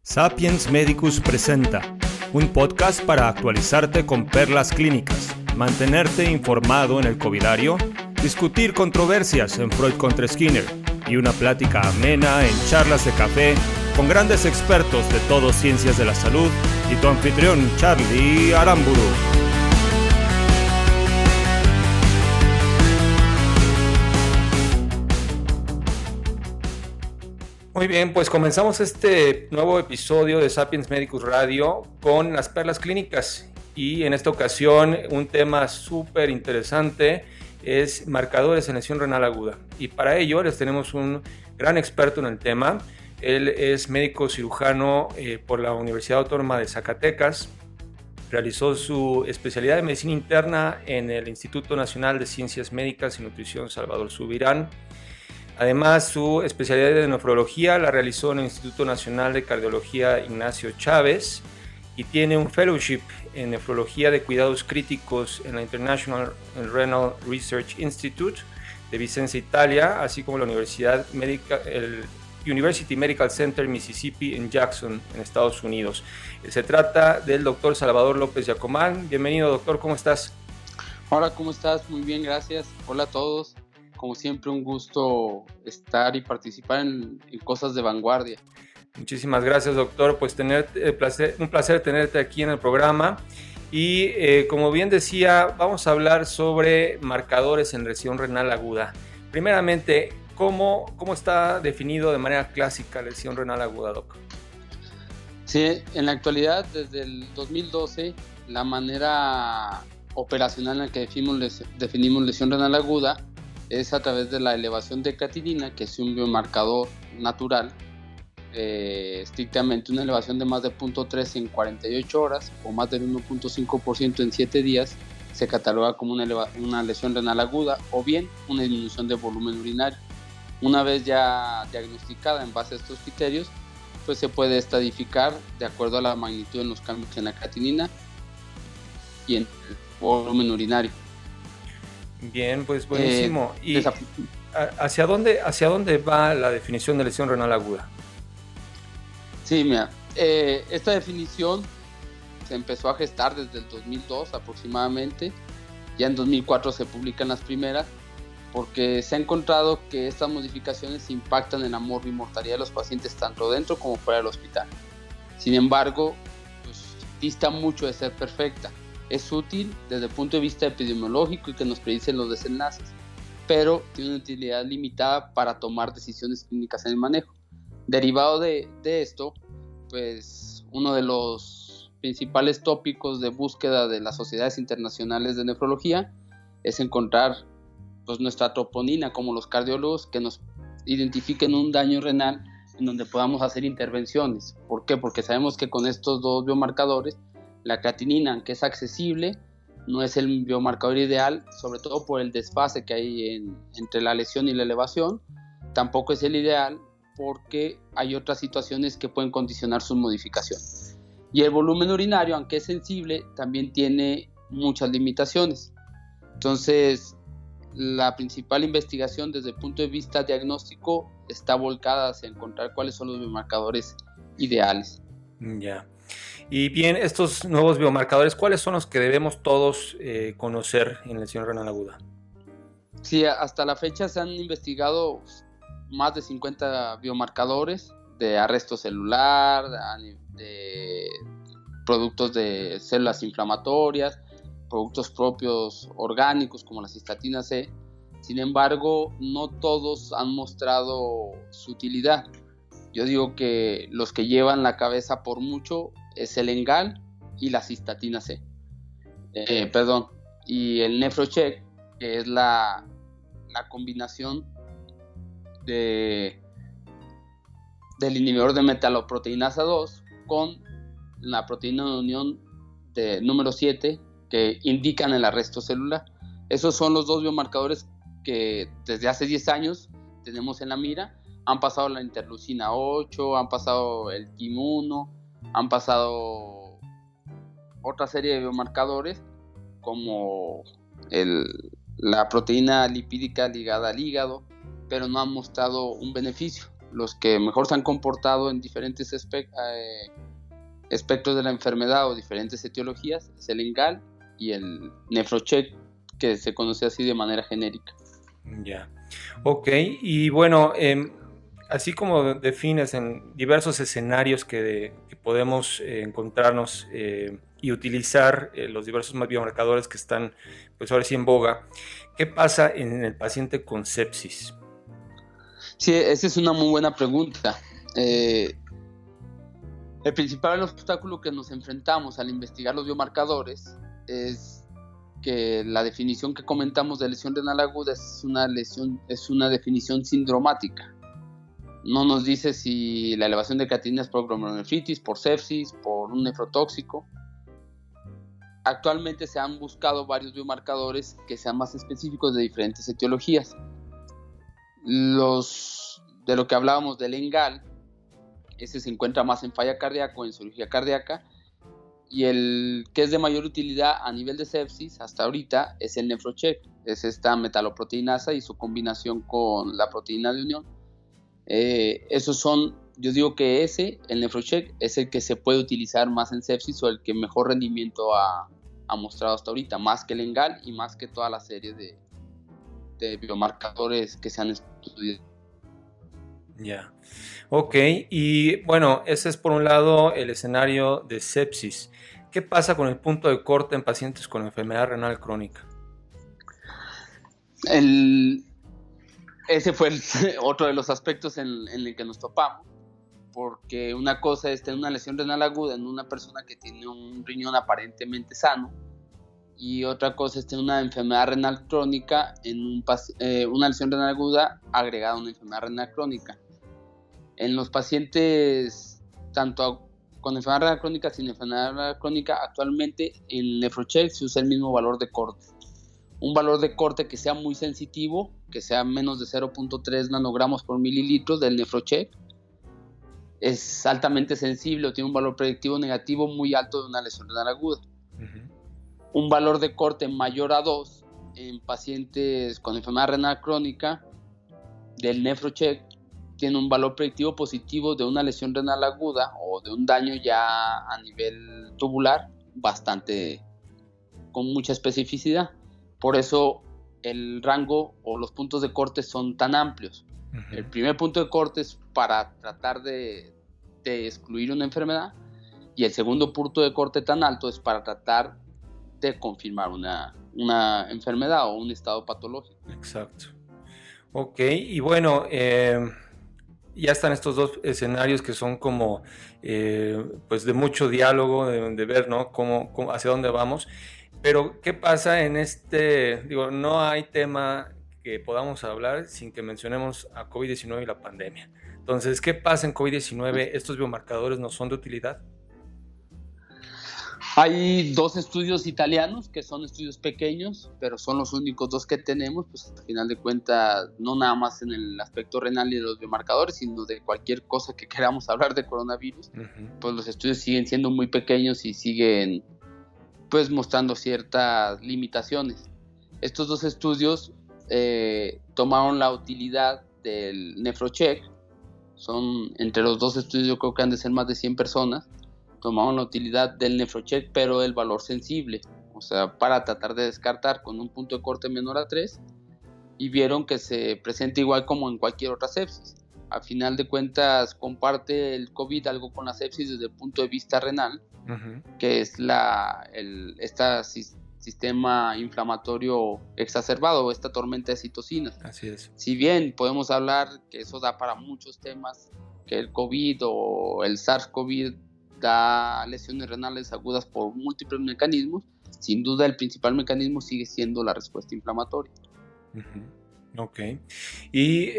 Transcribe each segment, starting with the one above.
Sapiens Medicus presenta un podcast para actualizarte con perlas clínicas, mantenerte informado en el covidario, discutir controversias en Freud contra Skinner y una plática amena en charlas de café con grandes expertos de todo ciencias de la salud y tu anfitrión Charlie Aramburu. Muy bien, pues comenzamos este nuevo episodio de Sapiens Medicus Radio con las perlas clínicas y en esta ocasión un tema súper interesante es marcadores en lesión renal aguda y para ello les tenemos un gran experto en el tema. Él es médico cirujano por la Universidad Autónoma de Zacatecas, realizó su especialidad de medicina interna en el Instituto Nacional de Ciencias Médicas y Nutrición Salvador Subirán. Además, su especialidad de nefrología la realizó en el Instituto Nacional de Cardiología Ignacio Chávez y tiene un fellowship en nefrología de cuidados críticos en la International Renal Research Institute de Vicenza, Italia, así como la el University Medical Center Mississippi en Jackson, en Estados Unidos. Se trata del doctor Salvador López Yacomán. Bienvenido, doctor, ¿cómo estás? Hola, ¿cómo estás? Muy bien, gracias. Hola a todos. Como siempre, un gusto estar y participar en cosas de vanguardia. Muchísimas gracias, doctor. Pues un placer tenerte aquí en el programa. Y como bien decía, vamos a hablar sobre marcadores en lesión renal aguda. Primeramente, ¿cómo está definido de manera clásica la lesión renal aguda, doc? Sí, en la actualidad, desde el 2012, la manera operacional en la que definimos lesión renal aguda es a través de la elevación de creatinina, que es un biomarcador natural, estrictamente una elevación de más de 0.3 en 48 horas o más del 1.5% en 7 días, se cataloga como una lesión renal aguda o bien una disminución de volumen urinario. Una vez ya diagnosticada en base a estos criterios, pues se puede estadificar de acuerdo a la magnitud de los cambios en la creatinina y en el volumen urinario. Bien, pues buenísimo. ¿Y hacia dónde va la definición de lesión renal aguda? Sí, mira, esta definición se empezó a gestar desde el 2002 aproximadamente. Ya en 2004 se publican las primeras, porque se ha encontrado que estas modificaciones impactan en la morbimortalidad de los pacientes tanto dentro como fuera del hospital. Sin embargo, pues, dista mucho de ser perfecta. Es útil desde el punto de vista epidemiológico y que nos predicen los desenlaces, pero tiene una utilidad limitada para tomar decisiones clínicas en el manejo. Derivado de esto, pues uno de los principales tópicos de búsqueda de las sociedades internacionales de nefrología es encontrar pues, nuestra troponina, como los cardiólogos, que nos identifiquen un daño renal en donde podamos hacer intervenciones. ¿Por qué? Porque sabemos que con estos dos biomarcadores, la creatinina, aunque es accesible, no es el biomarcador ideal, sobre todo por el desfase que hay entre la lesión y la elevación. Tampoco es el ideal porque hay otras situaciones que pueden condicionar su modificación. Y el volumen urinario, aunque es sensible, también tiene muchas limitaciones. Entonces, la principal investigación desde el punto de vista diagnóstico está volcada hacia encontrar cuáles son los biomarcadores ideales. Ya. Y bien, estos nuevos biomarcadores, ¿cuáles son los que debemos todos conocer en lesión renal aguda? Sí, hasta la fecha se han investigado más de 50 biomarcadores de arresto celular, de productos de células inflamatorias, productos propios orgánicos como la cistatina C. Sin embargo, no todos han mostrado su utilidad. Yo digo que los que llevan la cabeza por mucho es el ENGAL y la cistatina C. Y el NephroCheck, que es la combinación del inhibidor de metaloproteinasa 2 con la proteína de unión de número 7 que indican el arresto celular. Esos son los dos biomarcadores que desde hace 10 años tenemos en la mira. Han pasado la interleucina 8, han pasado el TIM1, han pasado otra serie de biomarcadores como la proteína lipídica ligada al hígado, pero no han mostrado un beneficio. los que mejor se han comportado en diferentes espectros de la enfermedad o diferentes etiologías es el ENGAL y el NEPHROCHECK, que se conoce así de manera genérica. Ya, ok, y bueno, así como defines en diversos escenarios que podemos encontrarnos y utilizar los diversos biomarcadores que están, pues ahora sí en boga, ¿qué pasa en el paciente con sepsis? Sí, esa es una muy buena pregunta. El principal obstáculo que nos enfrentamos al investigar los biomarcadores es que la definición que comentamos de lesión renal aguda es una definición sindromática. No nos dice si la elevación de creatinina es por glomerulonefritis, por sepsis, por un nefrotóxico. Actualmente se han buscado varios biomarcadores que sean más específicos de diferentes etiologías. De lo que hablábamos del ENGAL, ese se encuentra más en falla cardíaca o en cirugía cardíaca, y el que es de mayor utilidad a nivel de sepsis hasta ahorita es el NEPHROCHECK, es esta metaloproteinasa y su combinación con la proteína de unión. Yo digo que el NEPHROCHECK, es el que se puede utilizar más en sepsis o el que mejor rendimiento ha mostrado hasta ahorita, más que el ENGAL y más que toda la serie de biomarcadores que se han estudiado. Ya, ok, y bueno, ese es por un lado el escenario de sepsis. ¿Qué pasa con el punto de corte en pacientes con enfermedad renal crónica? Ese fue otro de los aspectos en el que nos topamos, porque una cosa es tener una lesión renal aguda en una persona que tiene un riñón aparentemente sano, y otra cosa es tener una enfermedad renal crónica una lesión renal aguda agregada a una enfermedad renal crónica. En los pacientes tanto con enfermedad renal crónica sin enfermedad renal crónica, actualmente en NEPHROCHECK se usa el mismo valor de corte. Un valor de corte que sea muy sensitivo, que sea menos de 0.3 nanogramos por mililitro del NEPHROCHECK, es altamente sensible o tiene un valor predictivo negativo muy alto de una lesión renal aguda. Uh-huh. Un valor de corte mayor a 2 en pacientes con enfermedad renal crónica del NEPHROCHECK tiene un valor predictivo positivo de una lesión renal aguda o de un daño ya a nivel tubular con mucha especificidad. Por eso el rango o los puntos de corte son tan amplios. Uh-huh. El primer punto de corte es para tratar de excluir una enfermedad, y el segundo punto de corte tan alto es para tratar de confirmar una enfermedad o un estado patológico. Exacto. Ok, y bueno, ya están estos dos escenarios que son como pues de mucho diálogo, de ver, ¿no? cómo hacia dónde vamos. Pero, ¿qué pasa en no hay tema que podamos hablar sin que mencionemos a COVID-19 y la pandemia? Entonces, ¿qué pasa en COVID-19? ¿Estos biomarcadores no son de utilidad? Hay 2 estudios italianos que son estudios pequeños, pero son los únicos 2 que tenemos, pues al final de cuentas, no nada más en el aspecto renal y de los biomarcadores, sino de cualquier cosa que queramos hablar de coronavirus. Uh-huh. Pues los estudios siguen siendo muy pequeños y siguen pues mostrando ciertas limitaciones. Estos 2 estudios tomaron la utilidad del NEPHROCHECK, son entre los 2 estudios yo creo que han de ser más de 100 personas, tomaron la utilidad del NEPHROCHECK pero el valor sensible, o sea, para tratar de descartar con un punto de corte menor a 3, y vieron que se presenta igual como en cualquier otra sepsis. A final de cuentas comparte el COVID algo con la sepsis desde el punto de vista renal, uh-huh, que es este sistema inflamatorio exacerbado o esta tormenta de citocinas. Así es. Si bien podemos hablar que eso da para muchos temas, que el COVID o el SARS-CoV da lesiones renales agudas por múltiples mecanismos, sin duda el principal mecanismo sigue siendo la respuesta inflamatoria. Uh-huh. Ok. Y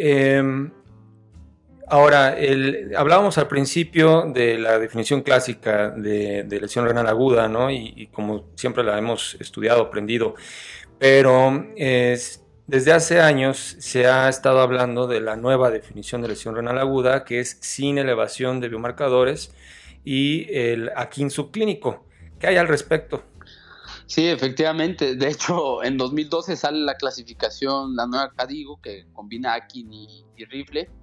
ahora, hablábamos al principio de la definición clásica de lesión renal aguda, ¿no? Y como siempre la hemos estudiado, aprendido, pero desde hace años se ha estado hablando de la nueva definición de lesión renal aguda, que es sin elevación de biomarcadores y el AKIN subclínico. ¿Qué hay al respecto? Sí, efectivamente. De hecho, en 2012 sale la clasificación, la nueva KDIGO, que combina AKIN y RIFLE.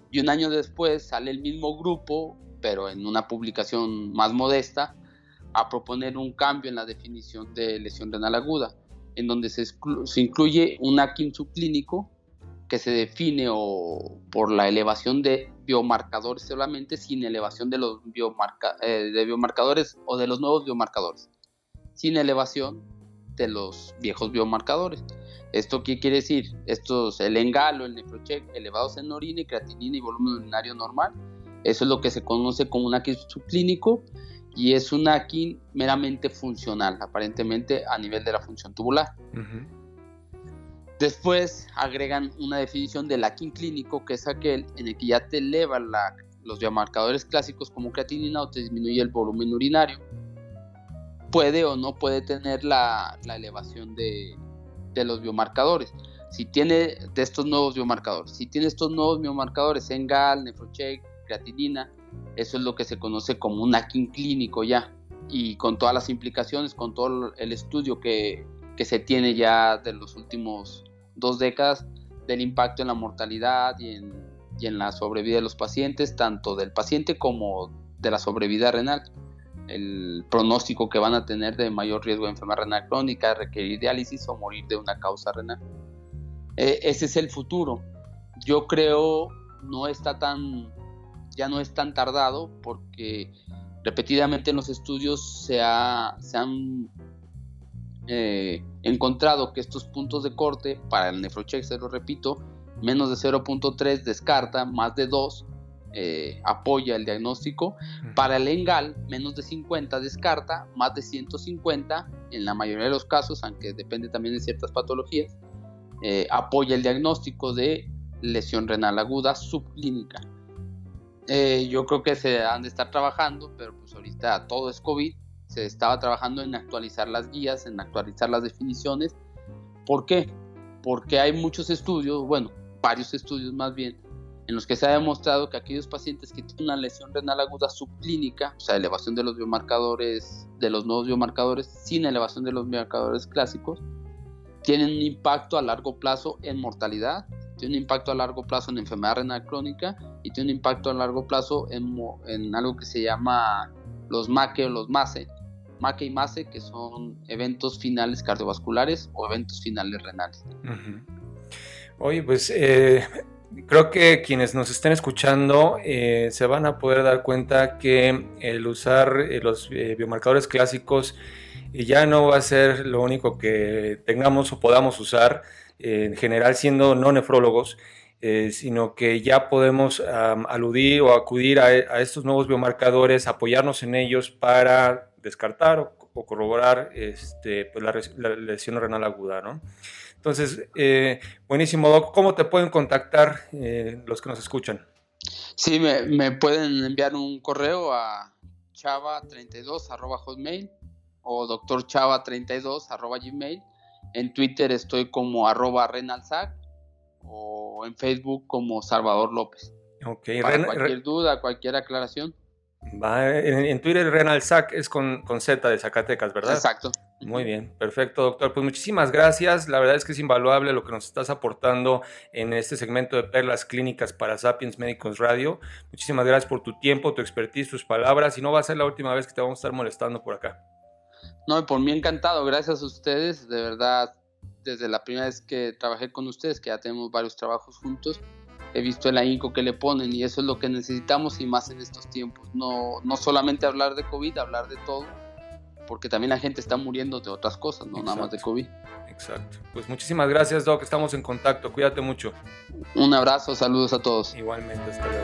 Y un año después sale el mismo grupo, pero en una publicación más modesta, a proponer un cambio en la definición de lesión renal aguda, en donde se incluye un AKIN subclínico que se define por la elevación de biomarcadores solamente, sin elevación de los biomarcadores o de los nuevos biomarcadores, sin elevación de los viejos biomarcadores. ¿Esto qué quiere decir? El ENGAL o el NEPHROCHECK elevados en orina y creatinina y volumen urinario normal. Eso es lo que se conoce como un AKIN subclínico, y es un AKIN meramente funcional, aparentemente a nivel de la función tubular. Uh-huh. Después agregan una definición del AKIN clínico, que es aquel en el que ya te eleva los biomarcadores clásicos como creatinina o te disminuye el volumen urinario. Puede o no puede tener la elevación de los biomarcadores. Si tiene de estos nuevos biomarcadores, ENGAL, NEPHROCHECK, creatinina, eso es lo que se conoce como un AKIN clínico ya, y con todas las implicaciones, con todo el estudio que se tiene ya de los últimos 2 décadas del impacto en la mortalidad y en la sobrevida de los pacientes, tanto del paciente como de la sobrevida renal, el pronóstico que van a tener de mayor riesgo de enfermedad renal crónica, requerir diálisis o morir de una causa renal. Ese es el futuro. Yo creo ya no es tan tardado, porque repetidamente en los estudios se han encontrado que estos puntos de corte para el NEPHROCHECK, se lo repito, menos de 0.3 descarta, más de 2 apoya el diagnóstico. Para el ENGAL, menos de 50 descarta, más de 150 en la mayoría de los casos, aunque depende también de ciertas patologías, apoya el diagnóstico de lesión renal aguda subclínica. Yo creo que se han de estar trabajando, pero pues ahorita todo es COVID, se estaba trabajando en actualizar las guías, en actualizar las definiciones. ¿Por qué? Porque hay muchos estudios, varios estudios más bien, en los que se ha demostrado que aquellos pacientes que tienen una lesión renal aguda subclínica, o sea, elevación de los biomarcadores, de los nuevos biomarcadores, sin elevación de los biomarcadores clásicos, tienen un impacto a largo plazo en mortalidad, tiene un impacto a largo plazo en enfermedad renal crónica y tiene un impacto a largo plazo en algo que se llama los MACE o los MACE, MACE y MACE, que son eventos finales cardiovasculares o eventos finales renales. Uh-huh. Oye, pues creo que quienes nos estén escuchando se van a poder dar cuenta que el usar los biomarcadores clásicos ya no va a ser lo único que tengamos o podamos usar, en general siendo no nefrólogos, sino que ya podemos aludir o acudir a estos nuevos biomarcadores, apoyarnos en ellos para descartar o corroborar pues la lesión renal aguda, ¿no? Entonces, buenísimo, Doc. ¿Cómo te pueden contactar los que nos escuchan? Sí, me pueden enviar un correo a chava32@hotmail o doctorchava32@gmail. En Twitter estoy como @renalsac o en Facebook como Salvador López. Okay. Para cualquier duda, cualquier aclaración. En Twitter Renalsac es con Z de Zacatecas, ¿verdad? Exacto. Muy bien, perfecto, doctor. Pues muchísimas gracias. La verdad es que es invaluable lo que nos estás aportando en este segmento de Perlas Clínicas para Sapiens Médicos Radio. Muchísimas gracias por tu tiempo, tu expertise, tus palabras, y no va a ser la última vez que te vamos a estar molestando por acá. No, por mí encantado. Gracias a ustedes. De verdad, desde la primera vez que trabajé con ustedes, que ya tenemos varios trabajos juntos, he visto el ahínco que le ponen, y eso es lo que necesitamos, y más en estos tiempos. No solamente hablar de COVID, hablar de todo, porque también la gente está muriendo de otras cosas, no nada más de COVID. Exacto. Pues muchísimas gracias, Doc. Estamos en contacto. Cuídate mucho. Un abrazo, saludos a todos. Igualmente, hasta luego.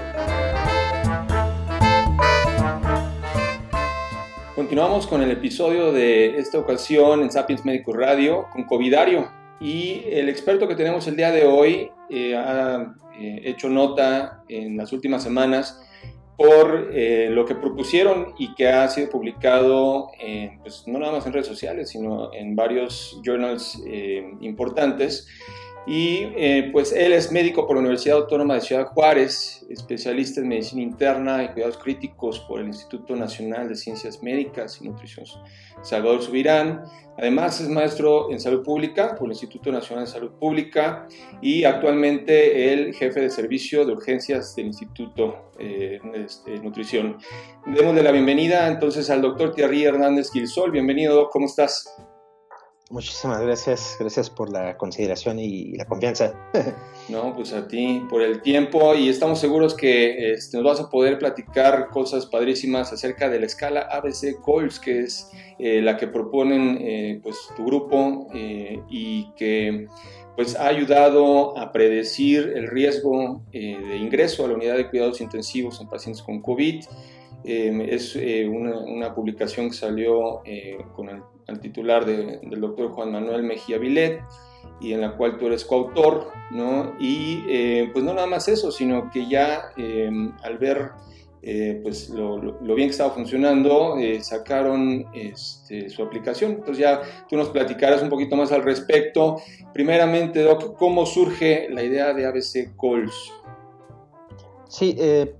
Continuamos con el episodio de esta ocasión en Sapiens Médicos Radio con Covidario. Y el experto que tenemos el día de hoy ha hecho nota en las últimas semanas por lo que propusieron y que ha sido publicado pues no nada más en redes sociales, sino en varios journals importantes, Y pues él es médico por la Universidad Autónoma de Ciudad Juárez, especialista en medicina interna y cuidados críticos por el Instituto Nacional de Ciencias Médicas y Nutrición Salvador Subirán. Además es maestro en salud pública por el Instituto Nacional de Salud Pública y actualmente el jefe de servicio de urgencias del Instituto de Nutrición. Démosle la bienvenida entonces al doctor Thierry Hernández Gilsol. Bienvenido, ¿cómo estás? Muchísimas gracias por la consideración y la confianza. No, pues a ti por el tiempo y estamos seguros que nos vas a poder platicar cosas padrísimas acerca de la escala ABC-GOLS, que es la que proponen pues tu grupo y que pues ha ayudado a predecir el riesgo de ingreso a la unidad de cuidados intensivos en pacientes con COVID. Es una publicación que salió con el titular del doctor Juan Manuel Mejía Vilet y en la cual tú eres coautor, ¿no? Y pues no nada más eso, sino que ya al ver pues lo bien que estaba funcionando, sacaron su aplicación. Entonces ya tú nos platicarás un poquito más al respecto. Primeramente, Doc, ¿cómo surge la idea de ABC-GOLS? Sí,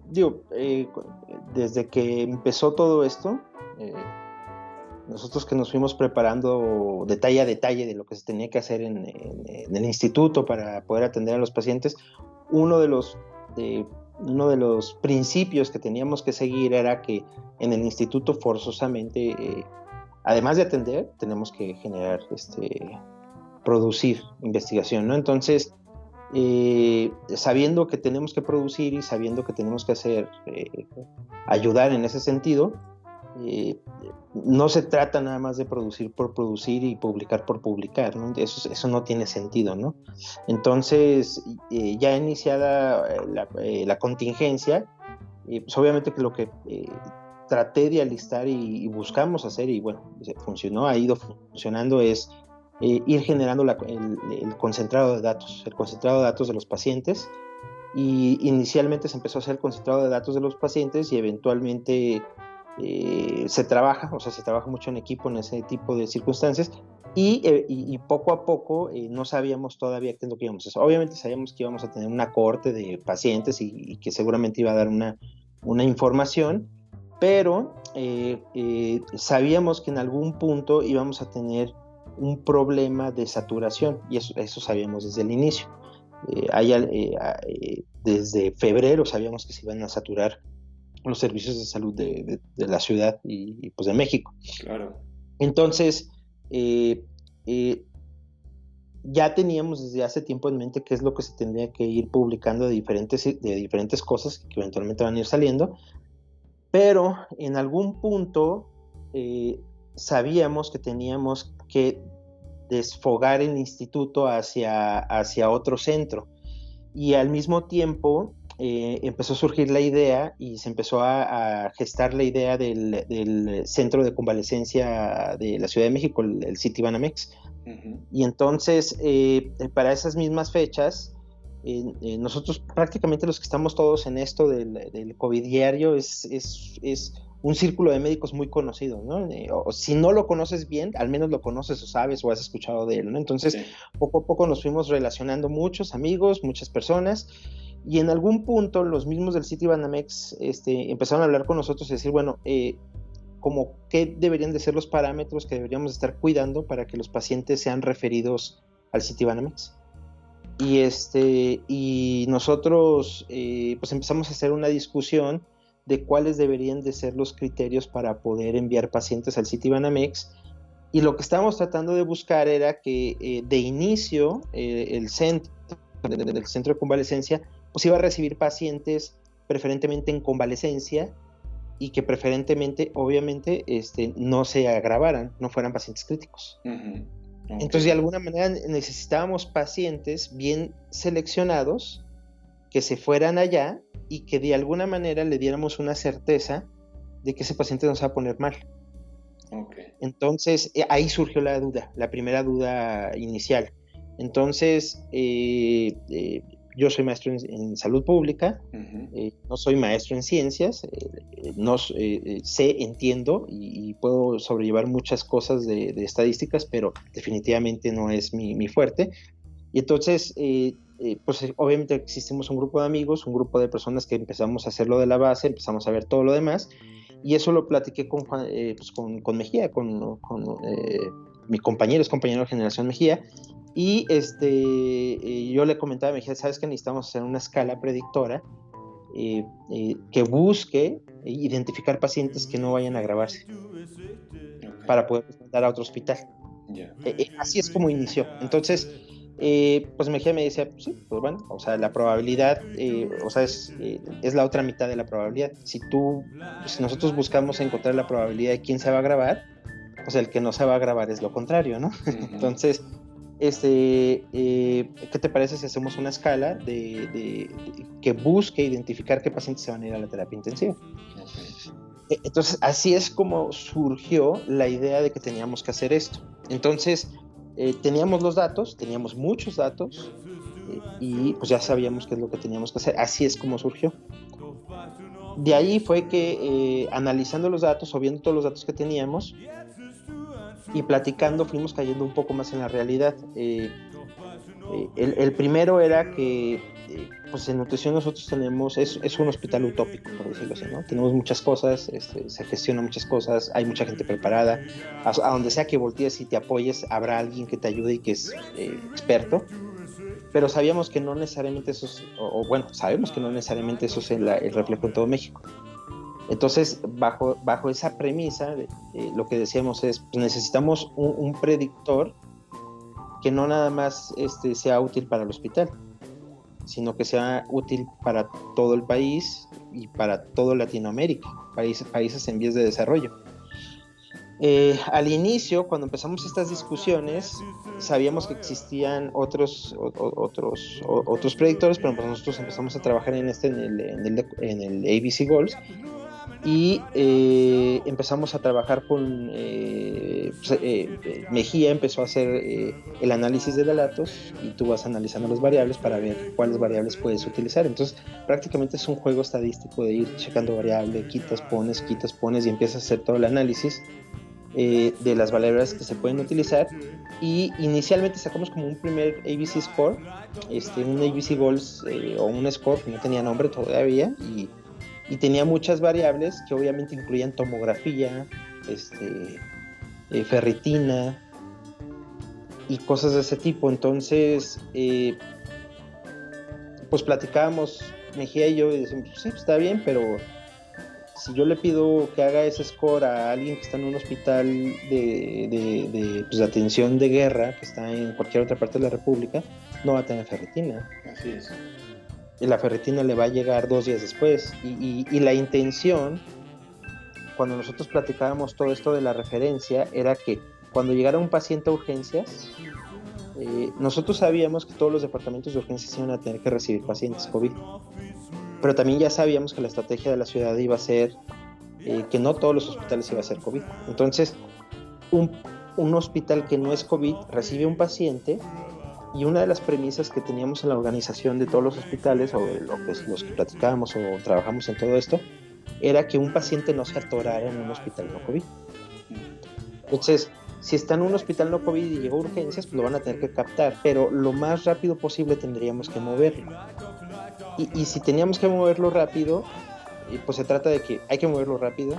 desde que empezó todo esto, nosotros que nos fuimos preparando detalle a detalle de lo que se tenía que hacer en el instituto para poder atender a los pacientes, uno de los principios que teníamos que seguir era que en el instituto forzosamente, además de atender, tenemos que generar, producir investigación, ¿no? Entonces, sabiendo que tenemos que producir y sabiendo que tenemos que hacer, ayudar en ese sentido, no se trata nada más de producir por producir y publicar por publicar, ¿no? Eso no tiene sentido, ¿no? Entonces, ya iniciada la contingencia, pues obviamente que lo que traté de alistar y buscamos hacer, y bueno, funcionó, ha ido funcionando, es ir generando el concentrado de datos, de los pacientes, y inicialmente se empezó a hacer el concentrado de datos de los pacientes y eventualmente se trabaja mucho en equipo en ese tipo de circunstancias y poco a poco no sabíamos todavía qué es lo que íbamos a hacer. Obviamente sabíamos que íbamos a tener una cohorte de pacientes y que seguramente iba a dar una información, pero sabíamos que en algún punto íbamos a tener un problema de saturación y eso sabíamos desde el inicio. Desde febrero sabíamos que se iban a saturar los servicios de salud de la ciudad y pues de México. Claro. Entonces, ya teníamos desde hace tiempo en mente qué es lo que se tendría que ir publicando de diferentes cosas que eventualmente van a ir saliendo, pero en algún punto sabíamos que teníamos que desfogar el instituto hacia otro centro, y al mismo tiempo empezó a surgir la idea y se empezó a gestar la idea del centro de convalecencia de la Ciudad de México, el Citibanamex. Uh-huh. Y entonces, para esas mismas fechas, nosotros prácticamente los que estamos todos en esto del COVID diario es un círculo de médicos muy conocido, ¿no? O si no lo conoces bien, al menos lo conoces o sabes o has escuchado de él, ¿no? Entonces, sí, poco a poco nos fuimos relacionando muchos amigos, muchas personas, y en algún punto los mismos del Citibanamex empezaron a hablar con nosotros y decir, bueno, como qué deberían de ser los parámetros que deberíamos estar cuidando para que los pacientes sean referidos al Citibanamex. Y nosotros pues empezamos a hacer una discusión de cuáles deberían de ser los criterios para poder enviar pacientes al Citibanamex, y lo que estábamos tratando de buscar era que de inicio el centro de convalecencia pues iba a recibir pacientes preferentemente en convalecencia y que preferentemente, obviamente, no se agravaran, no fueran pacientes críticos. Uh-huh. Okay. Entonces, de alguna manera necesitábamos pacientes bien seleccionados que se fueran allá y que de alguna manera le diéramos una certeza de que ese paciente no se va a poner mal. Okay. Entonces, ahí surgió la primera duda inicial. Entonces, yo soy maestro en salud pública, uh-huh. No soy maestro en ciencias, entiendo y puedo sobrellevar muchas cosas de estadísticas, pero definitivamente no es mi fuerte. Y entonces, pues obviamente existimos un grupo de amigos, un grupo de personas que empezamos a hacer lo de la base, empezamos a ver todo lo demás, y eso lo platiqué con Mejía, con mi compañero, es compañero de generación Mejía, y yo le comentaba a Mejía, ¿sabes que necesitamos hacer una escala predictora que busque identificar pacientes que no vayan a agravarse para poder mandar a otro hospital? Así es como inició. Entonces, pues Mejía me decía, sí, pues bueno, o sea, la probabilidad, es la otra mitad de la probabilidad. Si nosotros buscamos encontrar la probabilidad de quién se va a agravar, pues el que no se va a agravar es lo contrario, ¿no? Uh-huh. Entonces, ¿qué te parece si hacemos una escala que busque identificar qué pacientes se van a ir a la terapia intensiva? Okay. Entonces, así es como surgió la idea de que teníamos que hacer esto. Entonces, teníamos los datos, teníamos muchos datos, y pues ya sabíamos qué es lo que teníamos que hacer. Así es como surgió. De ahí fue que analizando los datos o viendo todos los datos que teníamos y platicando, fuimos cayendo un poco más en la realidad. El primero era que pues en nutrición nosotros tenemos, es un hospital utópico, por decirlo así, ¿no? Tenemos muchas cosas, se gestionan muchas cosas, hay mucha gente preparada, a donde sea que voltees y te apoyes habrá alguien que te ayude y que es experto, pero sabíamos que no necesariamente eso es, sabemos que no necesariamente eso es el reflejo en todo México. Entonces, bajo esa premisa, lo que decíamos es, pues necesitamos un predictor que no nada más sea útil para el hospital, sino que sea útil para todo el país y para todo Latinoamérica, países en vías de desarrollo. Al inicio, cuando empezamos estas discusiones, sabíamos que existían otros predictores, pero pues nosotros empezamos a trabajar en el ABC Goals, y empezamos a trabajar con Mejía empezó a hacer el análisis de datos, y tú vas analizando las variables para ver cuáles variables puedes utilizar. Entonces prácticamente es un juego estadístico de ir checando variable, quitas, pones, y empiezas a hacer todo el análisis de las variables que se pueden utilizar. Y inicialmente sacamos como un primer ABC Score, un ABC Goals o un score que no tenía nombre todavía, y tenía muchas variables que obviamente incluían tomografía, ferritina y cosas de ese tipo. Entonces, pues platicábamos Mejía y yo y decíamos, sí, pues está bien, pero si yo le pido que haga ese score a alguien que está en un hospital de atención de guerra, que está en cualquier otra parte de la República, no va a tener ferritina. Así es. Y la ferritina le va a llegar 2 días después. Y la intención, cuando nosotros platicábamos todo esto de la referencia, era que cuando llegara un paciente a urgencias, nosotros sabíamos que todos los departamentos de urgencias iban a tener que recibir pacientes COVID. Pero también ya sabíamos que la estrategia de la ciudad iba a ser que no todos los hospitales iba a ser COVID. Entonces, un hospital que no es COVID recibe un paciente. Y una de las premisas que teníamos en la organización de todos los hospitales, o los que platicábamos o trabajamos en todo esto, era que un paciente no se atorara en un hospital no COVID. Entonces, si está en un hospital no COVID y llegó a urgencias, pues lo van a tener que captar, pero lo más rápido posible tendríamos que moverlo. Y si teníamos que moverlo rápido, pues se trata de que hay que moverlo rápido,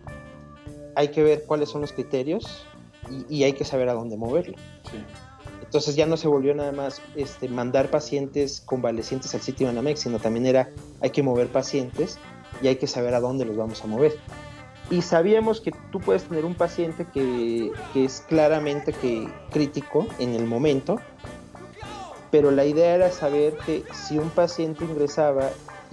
hay que ver cuáles son los criterios y hay que saber a dónde moverlo. Sí. Entonces ya no se volvió nada más mandar pacientes convalecientes al sitio Banamex, sino también hay que mover pacientes y hay que saber a dónde los vamos a mover. Y sabíamos que tú puedes tener un paciente que es claramente crítico en el momento, pero la idea era saber que si un paciente ingresaba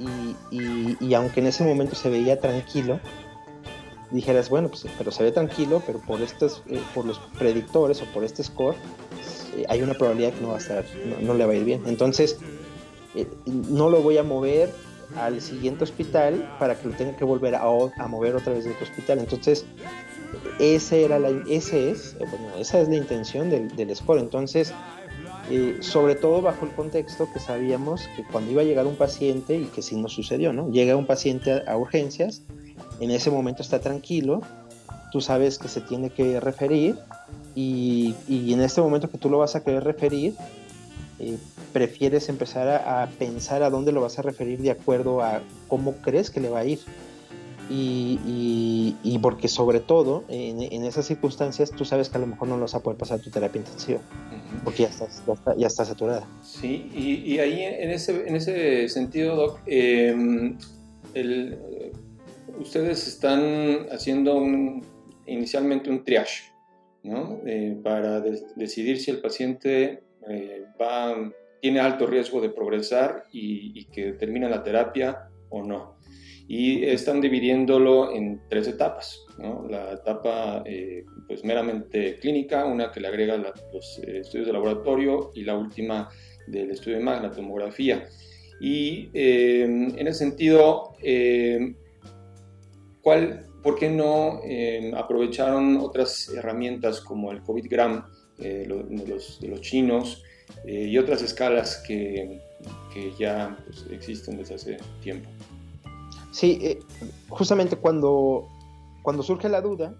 y aunque en ese momento se veía tranquilo, dijeras, bueno, pues pero se ve tranquilo, pero por los predictores o por este score, hay una probabilidad que no va a estar, no le va a ir bien. Entonces, no lo voy a mover al siguiente hospital para que lo tenga que volver a mover otra vez de otro hospital. Entonces, esa es la intención del score. Entonces, sobre todo bajo el contexto que sabíamos que cuando iba a llegar un paciente, y que sí nos sucedió, ¿no? Llega un paciente a urgencias, en ese momento está tranquilo, tú sabes que se tiene que referir, y en este momento que tú lo vas a querer referir, prefieres empezar a pensar a dónde lo vas a referir de acuerdo a cómo crees que le va a ir. Y porque sobre todo en esas circunstancias tú sabes que a lo mejor no vas a poder pasar tu terapia intensiva, porque ya está saturada. Sí, y ahí en ese sentido, Doc, ustedes están haciendo inicialmente un triage, ¿no? Para decidir si el paciente tiene alto riesgo de progresar y que termine la terapia o no. Y están dividiéndolo en 3 etapas, ¿no? La etapa pues meramente clínica, una que le agrega los estudios de laboratorio, y la última del estudio de imagen, la tomografía. Y en ese sentido, ¿por qué no aprovecharon otras herramientas como el COVID-Gram de los chinos y otras escalas que ya pues, existen desde hace tiempo? Sí, justamente cuando surge la duda,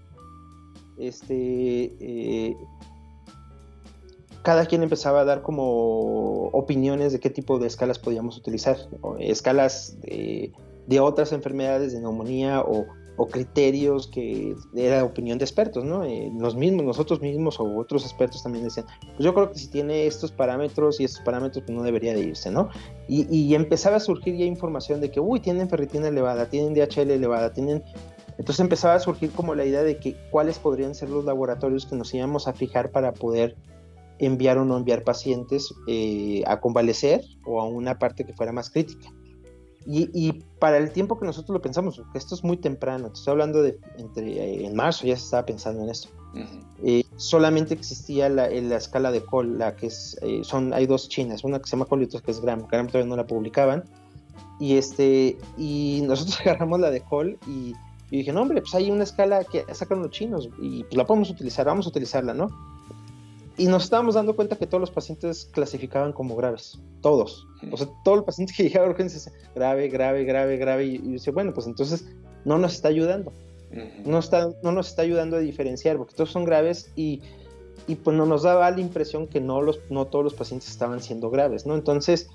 cada quien empezaba a dar como opiniones de qué tipo de escalas podíamos utilizar, escalas de otras enfermedades, de neumonía o criterios que era opinión de expertos, ¿no? Nosotros mismos o otros expertos también decían, pues yo creo que si tiene estos parámetros y estos parámetros pues no debería de irse, ¿no? Y empezaba a surgir ya información de que, tienen ferritina elevada, tienen DHL elevada, entonces empezaba a surgir como la idea de que cuáles podrían ser los laboratorios que nos íbamos a fijar para poder enviar o no enviar pacientes a convalecer o a una parte que fuera más crítica. Y para el tiempo que nosotros lo pensamos, porque esto es muy temprano, te estoy hablando en marzo ya se estaba pensando en esto. Solamente existía la escala de Cole, la que es, hay 2 chinas, una que se llama Cole y otra que es Gram. Gram todavía no la publicaban. Y nosotros agarramos la de Cole y dije, no hombre, pues hay una escala que sacan los chinos y pues la podemos utilizar, vamos a utilizarla, ¿no? Y nos estábamos dando cuenta que todos los pacientes clasificaban como graves, todos. O sea, todo el paciente que llegaba a urgencias, grave, y dice, bueno, pues entonces no nos está ayudando. No nos está ayudando a diferenciar, porque todos son graves y pues nos daba la impresión que no todos los pacientes estaban siendo graves, ¿no? Entonces,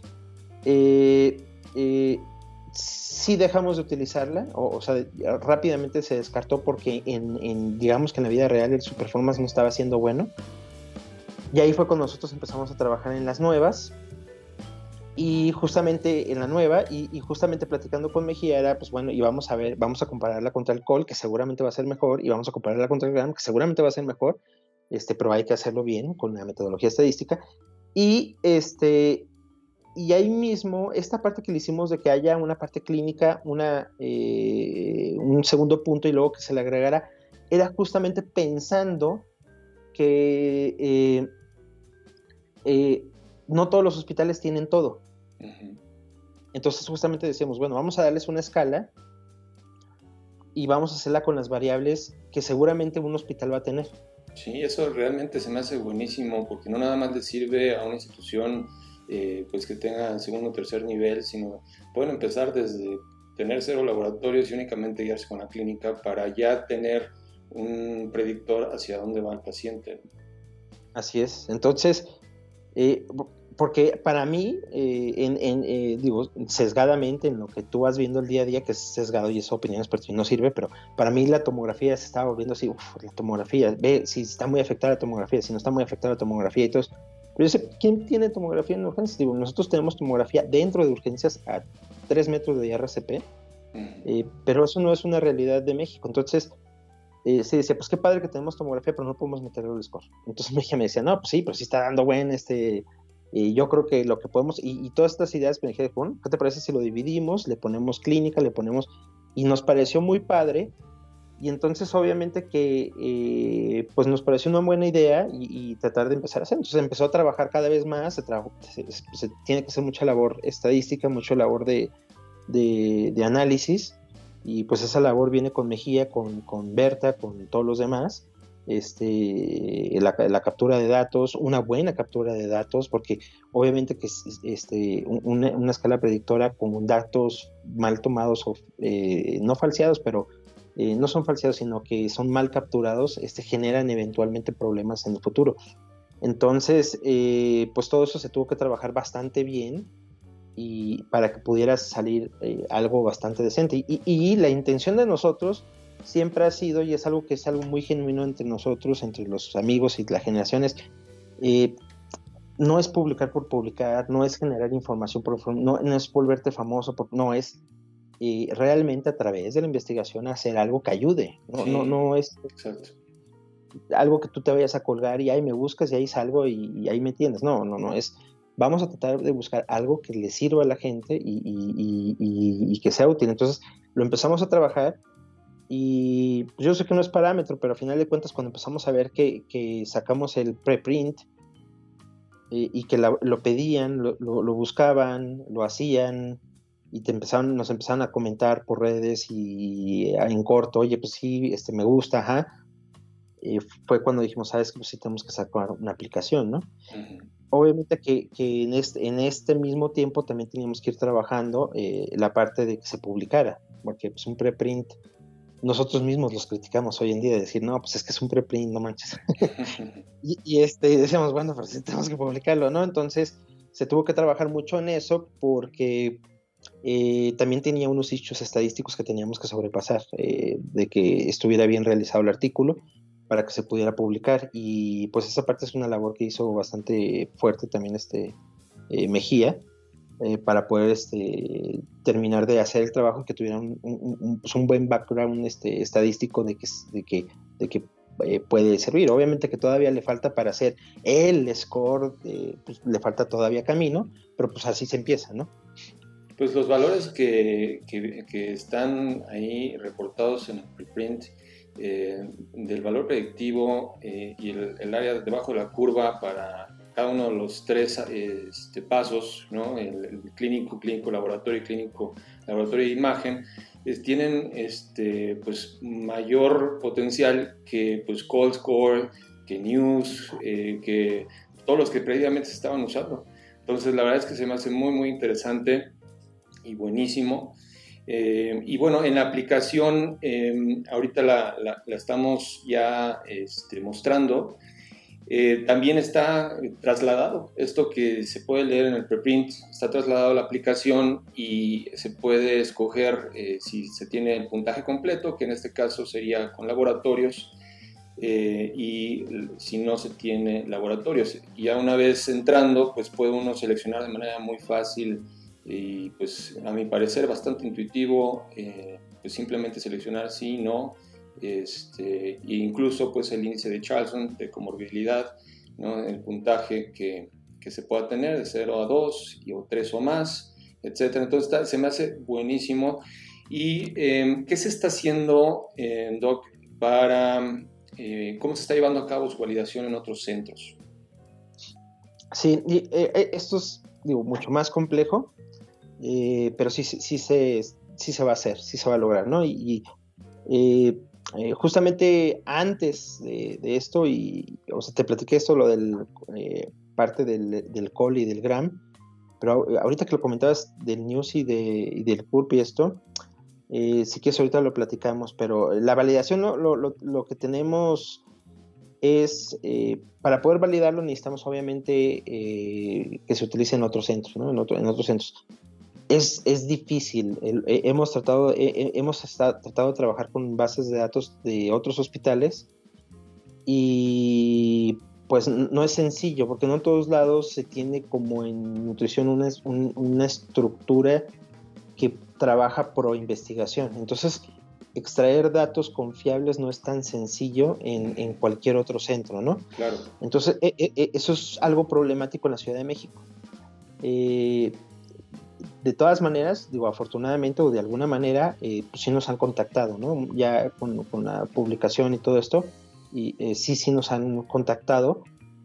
sí dejamos de utilizarla, o sea, rápidamente se descartó porque digamos que en la vida real su performance no estaba siendo bueno. Y ahí fue cuando nosotros empezamos a trabajar en las nuevas, y justamente en la nueva, y justamente platicando con Mejía era, pues bueno, y vamos a compararla contra el Cole, que seguramente va a ser mejor, y vamos a compararla contra el Gram, que seguramente va a ser mejor, pero hay que hacerlo bien, con la metodología estadística, y ahí mismo, esta parte que le hicimos de que haya una parte clínica, un segundo punto, y luego que se le agregara, era justamente pensando que no todos los hospitales tienen todo. Entonces justamente decíamos, bueno, vamos a darles una escala y vamos a hacerla con las variables que seguramente un hospital va a tener. Sí, eso realmente se me hace buenísimo, porque no nada más le sirve a una institución pues que tenga segundo o tercer nivel, sino pueden empezar desde tener 0 laboratorios y únicamente guiarse con la clínica para ya tener un predictor hacia dónde va el paciente. Así es. Entonces, porque para mí, digo, sesgadamente en lo que tú vas viendo el día a día, que es sesgado y esa opinión experta no sirve, pero para mí la tomografía se estaba volviendo así, la tomografía, ve si está muy afectada la tomografía, si no está muy afectada la tomografía y todo eso. Pero yo sé, ¿quién tiene tomografía en urgencias? Digo, nosotros tenemos tomografía dentro de urgencias a 3 metros de IRCP, pero eso no es una realidad de México. Entonces, se decía, pues qué padre que tenemos tomografía, pero no podemos meterle el score. Entonces me decía, no, pues sí, pero sí está dando buen, yo creo que lo que podemos, y todas estas ideas, me dije, bueno, ¿qué te parece si lo dividimos, le ponemos clínica, y nos pareció muy padre, y entonces obviamente que, pues nos pareció una buena idea, y tratar de empezar a hacer. Entonces empezó a trabajar cada vez más, se tiene que hacer mucha labor estadística, mucha labor de análisis, y pues esa labor viene con Mejía, con Berta, con todos los demás, la captura de datos, una buena captura de datos, porque obviamente que una escala predictora con datos mal tomados o no falseados, pero no son falseados, sino que son mal capturados, generan eventualmente problemas en el futuro. Entonces, pues todo eso se tuvo que trabajar bastante bien y para que pudiera salir algo bastante decente. Y la intención de nosotros siempre ha sido, y es algo que es algo muy genuino entre nosotros, entre los amigos y las generaciones, no es publicar por publicar, no es generar información no es volverte famoso, no es realmente a través de la investigación hacer algo que ayude, no es exacto. Algo que tú te vayas a colgar y ahí me buscas y ahí salgo y ahí me tienes, no, es vamos a tratar de buscar algo que le sirva a la gente y que sea útil. Entonces lo empezamos a trabajar y pues yo sé que no es parámetro, pero al final de cuentas cuando empezamos a ver que sacamos el preprint y que lo pedían, lo buscaban, lo hacían y nos empezaron a comentar por redes y en corto, oye, pues sí, me gusta, ajá. Fue cuando dijimos, sabes que pues sí tenemos que sacar una aplicación, ¿no? Uh-huh. Obviamente que en este mismo tiempo también teníamos que ir trabajando la parte de que se publicara, porque pues un preprint, nosotros mismos los criticamos hoy en día, de decir, no, pues es que es un preprint, no manches. y decíamos, bueno, pero sí tenemos que publicarlo, ¿no? Entonces se tuvo que trabajar mucho en eso porque también tenía unos issues estadísticos que teníamos que sobrepasar, de que estuviera bien realizado el artículo para que se pudiera publicar, y pues esa parte es una labor que hizo bastante fuerte también Mejía, para poder terminar de hacer el trabajo, que tuviera un buen background estadístico de que puede servir. Obviamente que todavía le falta para hacer el score, pues le falta todavía camino, pero pues así se empieza, ¿no? Pues los valores que están ahí reportados en el preprint, del valor predictivo y el área debajo de la curva para cada uno de los tres pasos, ¿no? El clínico, laboratorio y clínico, laboratorio de imagen, tienen pues mayor potencial que pues Cold Score, que News, que todos los que previamente se estaban usando. Entonces la verdad es que se me hace muy muy interesante y buenísimo. Y bueno, en la aplicación ahorita la estamos ya mostrando. También está trasladado, esto que se puede leer en el preprint, está trasladado a la aplicación y se puede escoger si se tiene el puntaje completo, que en este caso sería con laboratorios, y si no se tiene laboratorios. Y ya una vez entrando, pues puede uno seleccionar de manera muy fácil y pues a mi parecer bastante intuitivo, pues simplemente seleccionar sí, no, e incluso pues el índice de Charlson de comorbilidad, ¿no? El puntaje que se pueda tener de 0 a 2 o 3 o más, etcétera. Entonces se me hace buenísimo. ¿Y qué se está haciendo, Doc, para cómo se está llevando a cabo su validación en otros centros? Sí, esto es mucho más complejo, pero sí se va a hacer, sí se va a lograr, ¿no? Justamente antes de esto, o sea, te platiqué esto, lo del parte del call y del gram, pero ahorita que lo comentabas del news y del CURP y esto, sí que eso ahorita lo platicamos, pero la validación, ¿no? Lo que tenemos es, para poder validarlo necesitamos obviamente que se utilice en otros centros, ¿no? En otros centros. Es difícil. Hemos tratado de trabajar con bases de datos de otros hospitales y pues no es sencillo, porque no en todos lados se tiene como en nutrición una estructura que trabaja pro investigación. Entonces, extraer datos confiables no es tan sencillo en cualquier otro centro, ¿no? Claro. Entonces, eso es algo problemático en la Ciudad de México. De todas maneras, afortunadamente o de alguna manera, pues sí nos han contactado, ¿no? Ya con la publicación y todo esto, y sí nos han contactado,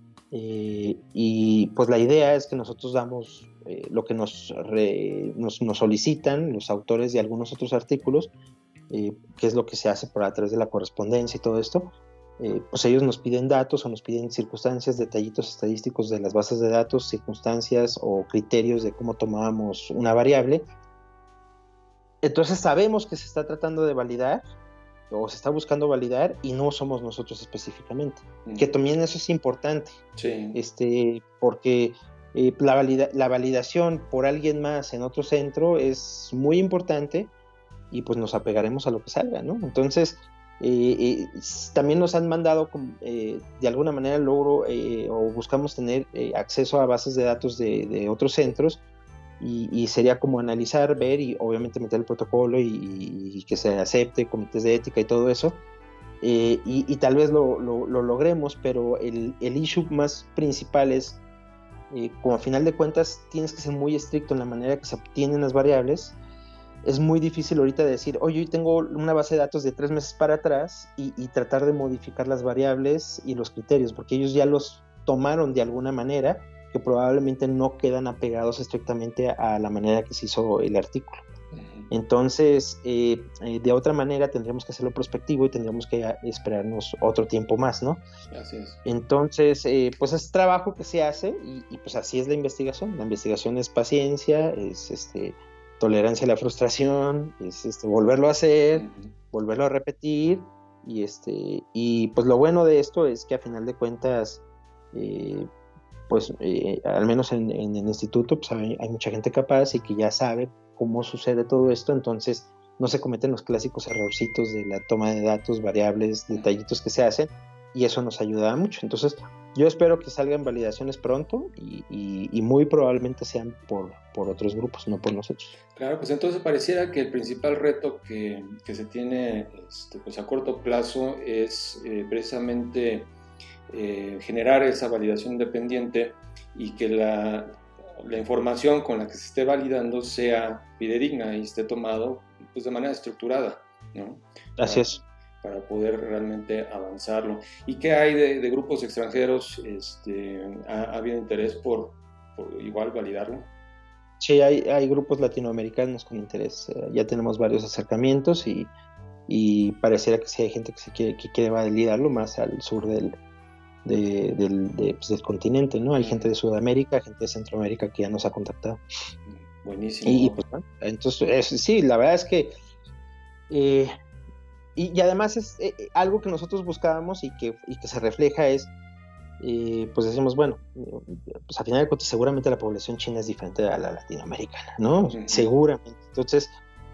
y pues la idea es que nosotros damos lo que nos solicitan los autores de algunos otros artículos, que es lo que se hace a través de la correspondencia y todo esto. Pues ellos nos piden datos o nos piden circunstancias, detallitos estadísticos de las bases de datos, circunstancias o criterios de cómo tomábamos una variable. Entonces sabemos que se está tratando de validar, o se está buscando validar y no somos nosotros específicamente. Que también eso es importante. Sí. Porque la validación por alguien más en otro centro es muy importante y pues nos apegaremos a lo que salga, ¿no? Entonces, también nos han mandado de alguna manera o buscamos tener acceso a bases de datos de otros centros y sería como analizar, ver y obviamente meter el protocolo y que se acepte, comités de ética y todo eso, y tal vez lo logremos, pero el issue más principal es como a final de cuentas tienes que ser muy estricto en la manera que se obtienen las variables. Es muy difícil ahorita decir, oye, yo tengo una base de datos de 3 meses para atrás y tratar de modificar las variables y los criterios, porque ellos ya los tomaron de alguna manera que probablemente no quedan apegados estrictamente a la manera que se hizo el artículo. Entonces, de otra manera tendríamos que hacerlo prospectivo y tendríamos que esperarnos otro tiempo más, ¿no? Así es. Entonces, pues es trabajo que se hace y pues así es la investigación. La investigación es paciencia, es tolerancia a la frustración, es volverlo a hacer, volverlo a repetir y pues lo bueno de esto es que a final de cuentas al menos en el instituto pues hay mucha gente capaz y que ya sabe cómo sucede todo esto, entonces no se cometen los clásicos errorcitos de la toma de datos, variables, detallitos que se hacen y eso nos ayuda mucho. Entonces yo espero que salgan validaciones pronto y muy probablemente sean por otros grupos, no por nosotros. Claro, pues entonces pareciera que el principal reto que se tiene pues a corto plazo es precisamente generar esa validación independiente y que la información con la que se esté validando sea fidedigna y esté tomado pues de manera estructurada, ¿no? Así es. Para poder realmente avanzarlo. ¿Y qué hay de grupos extranjeros? ¿Ha habido interés por igual validarlo? Sí, hay grupos latinoamericanos con interés. Ya tenemos varios acercamientos y pareciera que sí hay gente que quiere validarlo más al sur del continente, ¿no? Hay gente de Sudamérica, gente de Centroamérica que ya nos ha contactado. Buenísimo. Y pues bueno, entonces sí, la verdad es que y además es algo que nosotros buscábamos y que se refleja es pues decimos, bueno, pues al final de cuentas seguramente la población china es diferente a la latinoamericana, ¿no? Seguramente. Entonces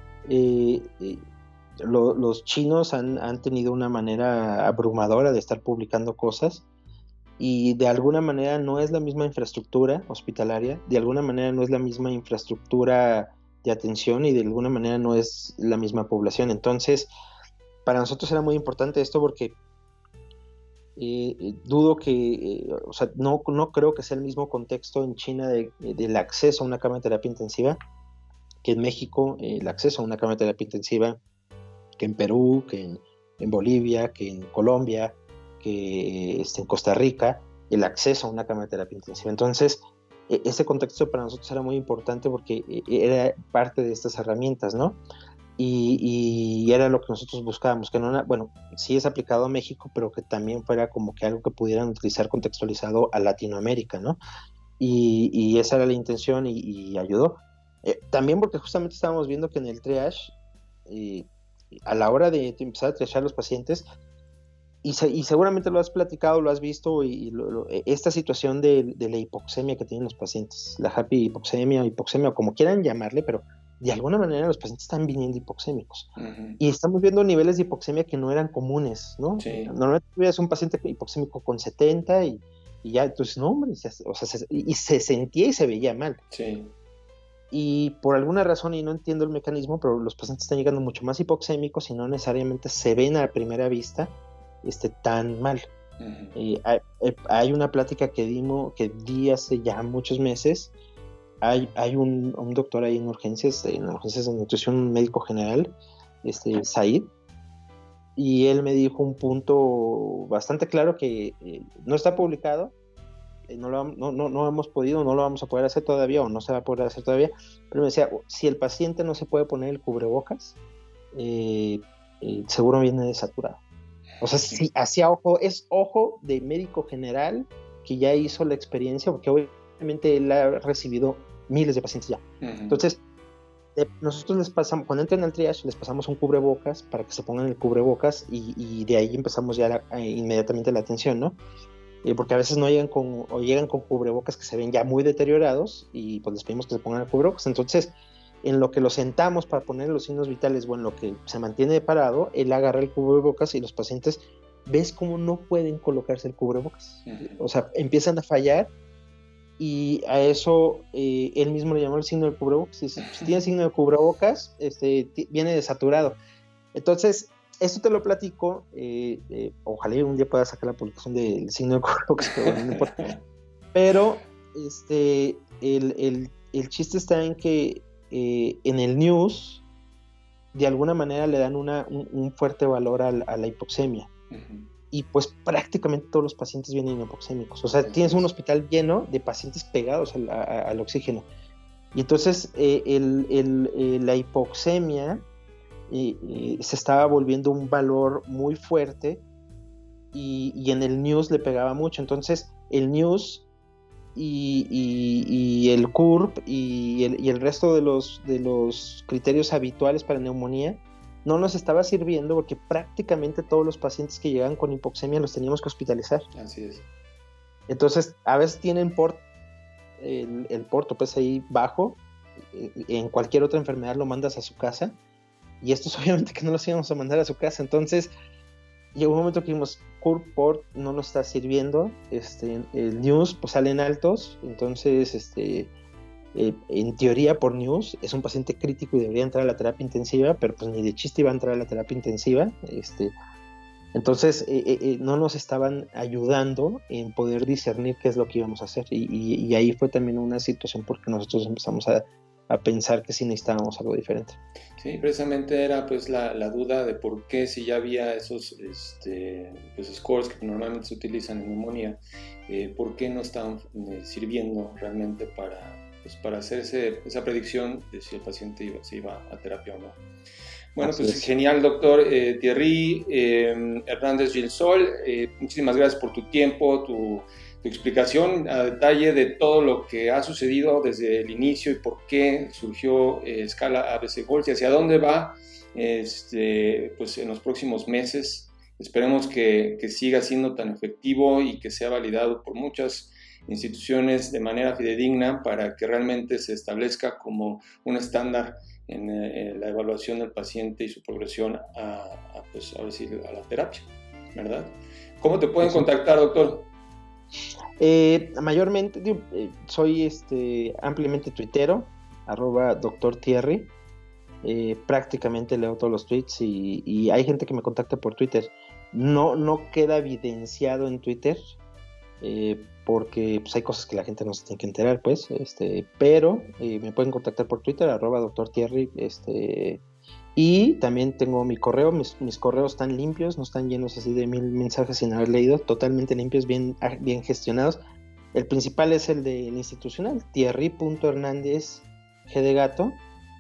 los chinos han tenido una manera abrumadora de estar publicando cosas y de alguna manera no es la misma infraestructura hospitalaria, de alguna manera no es la misma infraestructura de atención y de alguna manera no es la misma población. Entonces, para nosotros era muy importante esto porque dudo que, o sea, no creo que sea el mismo contexto en China del acceso a una cama de terapia intensiva que en México, el acceso a una cama de terapia intensiva, que en Perú, que en Bolivia, que en Colombia, que en Costa Rica, el acceso a una cama de terapia intensiva. Entonces, ese contexto para nosotros era muy importante porque era parte de estas herramientas, ¿no? Y era lo que nosotros buscábamos, que no era, bueno, sí es aplicado a México, pero que también fuera como que algo que pudieran utilizar contextualizado a Latinoamérica, ¿no? Y esa era la intención y ayudó. También porque justamente estábamos viendo que en el triage, a la hora de empezar a triagear los pacientes, y seguramente lo has platicado, lo has visto, esta situación de la hipoxemia que tienen los pacientes, la happy hipoxemia o como quieran llamarle, pero de alguna manera los pacientes están viniendo hipoxémicos. Y estamos viendo niveles de hipoxemia que no eran comunes, ¿no? Sí. Normalmente tú ves un paciente hipoxémico con 70 y ya, entonces, no, hombre, y se sentía y se veía mal. Sí. Y por alguna razón, y no entiendo el mecanismo, pero los pacientes están llegando mucho más hipoxémicos y no necesariamente se ven a primera vista tan mal. Hay una plática que di hace ya muchos meses. Hay un doctor ahí en urgencias de nutrición, un médico general, Said, y él me dijo un punto bastante claro que no está publicado, no hemos podido, no lo vamos a poder hacer todavía o no se va a poder hacer todavía, pero me decía, si el paciente no se puede poner el cubrebocas, seguro viene desaturado. O sea, si hacia ojo de médico general que ya hizo la experiencia, porque obviamente él ha recibido miles de pacientes ya. Entonces, nosotros les pasamos, cuando entran al triage, les pasamos un cubrebocas para que se pongan el cubrebocas y de ahí empezamos ya inmediatamente la atención, ¿no? Porque a veces llegan con cubrebocas que se ven ya muy deteriorados y pues les pedimos que se pongan el cubrebocas. Entonces, en lo que lo sentamos para poner los signos vitales o en lo que se mantiene parado, él agarra el cubrebocas y los pacientes, ves cómo no pueden colocarse el cubrebocas. O sea, empiezan a fallar. Y a eso él mismo le llamó el signo del cubrebocas. Si tiene signo de cubrebocas, viene desaturado. Entonces, esto te lo platico. Ojalá un día pueda sacar la publicación del signo del cubrebocas, pero bueno, no importa. Pero el chiste está en que en el news, de alguna manera le dan un fuerte valor a la hipoxemia. Uh-huh. Y pues prácticamente todos los pacientes vienen hipoxémicos. O sea, tienes un hospital lleno de pacientes pegados al oxígeno. Y entonces la hipoxemia se estaba volviendo un valor muy fuerte y en el news le pegaba mucho. Entonces el news y el CURP y el resto de los criterios habituales para neumonía no nos estaba sirviendo porque prácticamente todos los pacientes que llegaban con hipoxemia los teníamos que hospitalizar. Así es. Entonces, a veces tienen el porto pues ahí bajo, en cualquier otra enfermedad lo mandas a su casa, y estos obviamente que no los íbamos a mandar a su casa. Entonces, llegó un momento que vimos, CURP no nos está sirviendo, el news pues salen altos, entonces en teoría por news es un paciente crítico y debería entrar a la terapia intensiva, pero pues ni de chiste iba a entrar a la terapia intensiva. Entonces no nos estaban ayudando en poder discernir qué es lo que íbamos a hacer, y ahí fue también una situación porque nosotros empezamos a pensar que sí necesitábamos algo diferente. Sí, precisamente era pues la duda de por qué, si ya había esos pues scores que normalmente se utilizan en neumonía, por qué no estaban sirviendo realmente para hacer esa predicción de si el paciente se iba a terapia o no. Bueno, pues genial, doctor Thierry Hernández Gilsol. Muchísimas gracias por tu tiempo, tu explicación a detalle de todo lo que ha sucedido desde el inicio y por qué surgió Escala ABC Gold y hacia dónde va pues en los próximos meses. Esperemos que siga siendo tan efectivo y que sea validado por muchas instituciones de manera fidedigna para que realmente se establezca como un estándar en la evaluación del paciente y su progresión pues, ahora sí, a la terapia, ¿verdad? ¿Cómo te pueden contactar, doctor? Mayormente soy ampliamente tuitero, @Dr. Thierry. Prácticamente leo todos los tweets y hay gente que me contacta por Twitter. No queda evidenciado en Twitter, porque pues, hay cosas que la gente no se tiene que enterar, pues, pero me pueden contactar por Twitter, @Dr. Thierry, y también tengo mi correo. Mis correos están limpios, no están llenos así de 1000 mensajes sin haber leído, totalmente limpios, bien gestionados. El principal es el del institucional, thierry.hernandez, G de gato,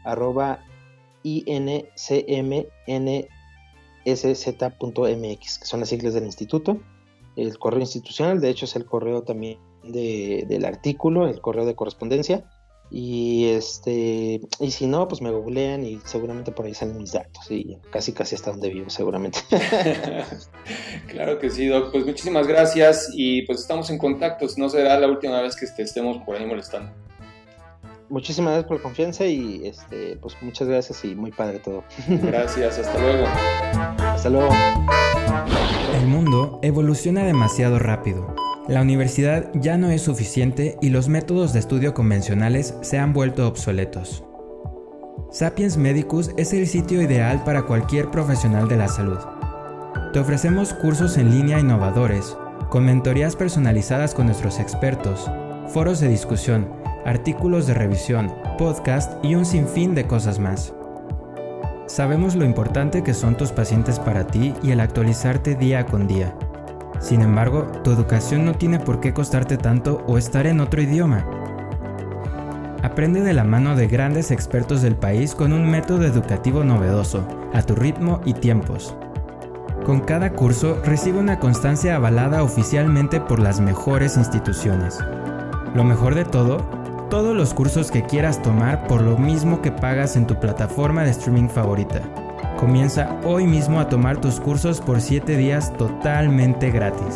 @incmnsz.mx, que son las siglas del instituto. El correo institucional, de hecho, es el correo también del artículo, el correo de correspondencia. Y si no, pues me googlean y seguramente por ahí salen mis datos. Y casi hasta donde vivo, seguramente. Claro que sí, Doc. Pues muchísimas gracias y pues estamos en contacto. No será la última vez que estemos por ahí molestando. Muchísimas gracias por la confianza y pues muchas gracias y muy padre todo. Gracias, hasta luego. Hasta luego. El mundo evoluciona demasiado rápido. La universidad ya no es suficiente y los métodos de estudio convencionales se han vuelto obsoletos. Sapiens Medicus es el sitio ideal para cualquier profesional de la salud. Te ofrecemos cursos en línea innovadores, con mentorías personalizadas con nuestros expertos, foros de discusión, artículos de revisión, podcast y un sinfín de cosas más. Sabemos lo importante que son tus pacientes para ti y el actualizarte día con día. Sin embargo, tu educación no tiene por qué costarte tanto o estar en otro idioma. Aprende de la mano de grandes expertos del país con un método educativo novedoso, a tu ritmo y tiempos. Con cada curso recibe una constancia avalada oficialmente por las mejores instituciones. Lo mejor de todo, todos los cursos que quieras tomar por lo mismo que pagas en tu plataforma de streaming favorita. Comienza hoy mismo a tomar tus cursos por 7 días totalmente gratis.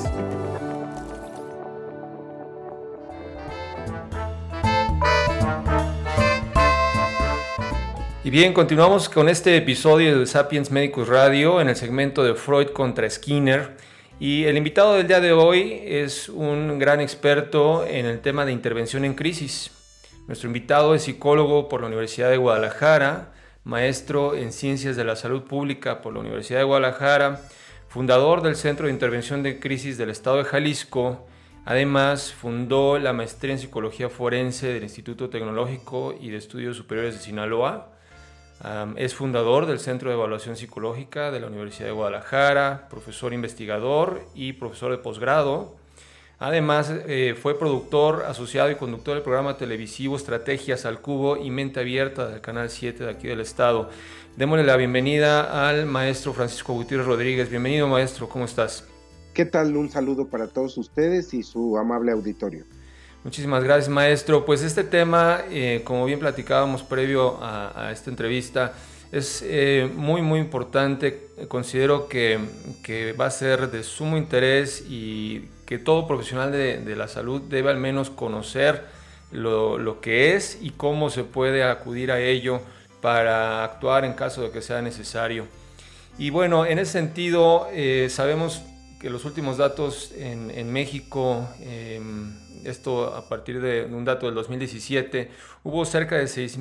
Y bien, continuamos con este episodio de Sapiens Medicus Radio en el segmento de Freud contra Skinner. Y el invitado del día de hoy es un gran experto en el tema de intervención en crisis. Nuestro invitado es psicólogo por la Universidad de Guadalajara, maestro en Ciencias de la Salud Pública por la Universidad de Guadalajara, fundador del Centro de Intervención de Crisis del Estado de Jalisco. Además, fundó la maestría en Psicología Forense del Instituto Tecnológico y de Estudios Superiores de Sinaloa. Es fundador del Centro de Evaluación Psicológica de la Universidad de Guadalajara, profesor investigador y profesor de posgrado. Además, fue productor asociado y conductor del programa televisivo Estrategias al Cubo y Mente Abierta del Canal 7 de aquí del estado. Démosle la bienvenida al maestro Francisco Gutiérrez Rodríguez. Bienvenido, maestro, ¿cómo estás? ¿Qué tal? Un saludo para todos ustedes y su amable auditorio. Muchísimas gracias, maestro. Pues este tema, como bien platicábamos previo a esta entrevista, es muy importante. Considero que va a ser de sumo interés y que todo profesional de la salud debe al menos conocer lo que es y cómo se puede acudir a ello para actuar en caso de que sea necesario. Y bueno, en ese sentido, sabemos que los últimos datos en México, esto a partir de un dato del 2017, hubo cerca de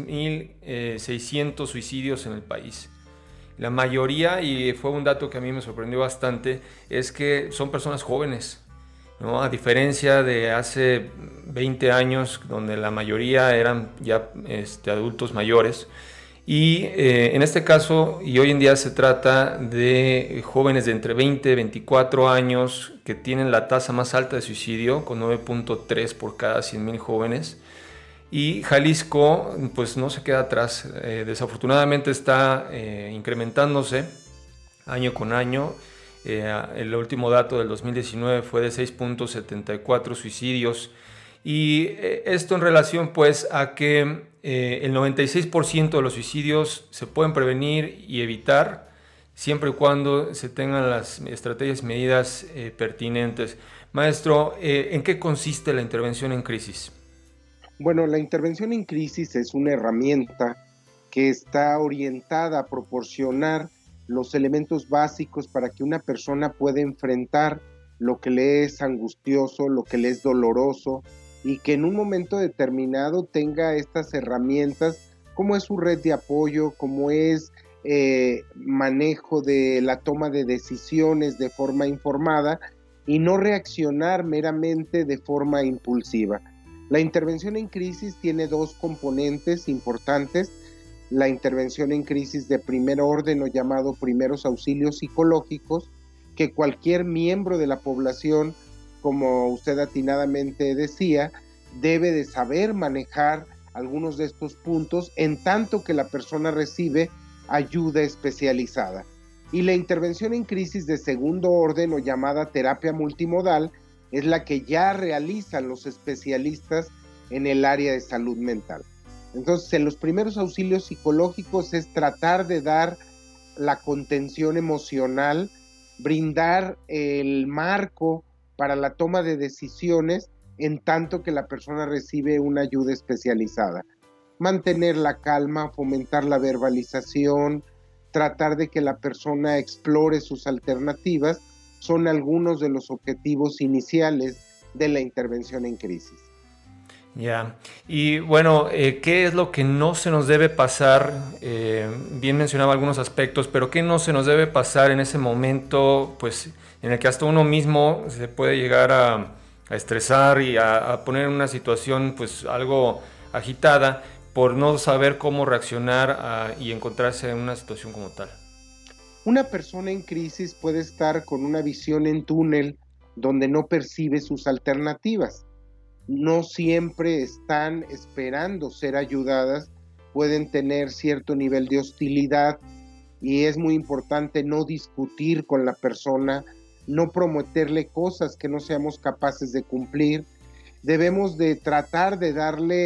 6.600 suicidios en el país. La mayoría, y fue un dato que a mí me sorprendió bastante, es que son personas jóvenes, ¿no? A diferencia de hace 20 años, donde la mayoría eran ya adultos mayores. Y en este caso, y hoy en día se trata de jóvenes de entre 20 y 24 años que tienen la tasa más alta de suicidio, con 9.3 por cada 100,000 jóvenes. Y Jalisco pues no se queda atrás, desafortunadamente está incrementándose año con año. El último dato del 2019 fue de 6.74 suicidios. Y esto en relación pues a que el 96% de los suicidios se pueden prevenir y evitar siempre y cuando se tengan las estrategias y medidas pertinentes. Maestro, ¿en qué consiste la intervención en crisis? Bueno, la intervención en crisis es una herramienta que está orientada a proporcionar los elementos básicos para que una persona pueda enfrentar lo que le es angustioso, lo que le es doloroso, y que en un momento determinado tenga estas herramientas, como es su red de apoyo, como es manejo de la toma de decisiones de forma informada y no reaccionar meramente de forma impulsiva. La intervención en crisis tiene dos componentes importantes: la intervención en crisis de primer orden o llamado primeros auxilios psicológicos, que cualquier miembro de la población, como usted atinadamente decía, debe de saber manejar algunos de estos puntos en tanto que la persona recibe ayuda especializada. Y la intervención en crisis de segundo orden o llamada terapia multimodal es la que ya realizan los especialistas en el área de salud mental. Entonces, en los primeros auxilios psicológicos es tratar de dar la contención emocional, brindar el marco para la toma de decisiones en tanto que la persona recibe una ayuda especializada. Mantener la calma, fomentar la verbalización, tratar de que la persona explore sus alternativas, son algunos de los objetivos iniciales de la intervención en crisis. Ya, y bueno, ¿qué es lo que no se nos debe pasar? Bien mencionaba algunos aspectos, pero ¿qué no se nos debe pasar en ese momento, pues, en el que hasta uno mismo se puede llegar a estresar y a poner en una situación pues algo agitada por no saber cómo reaccionar y encontrarse en una situación como tal? Una persona en crisis puede estar con una visión en túnel donde no percibe sus alternativas. No siempre están esperando ser ayudadas, pueden tener cierto nivel de hostilidad y es muy importante no discutir con la persona, no prometerle cosas que no seamos capaces de cumplir. Debemos de tratar de darle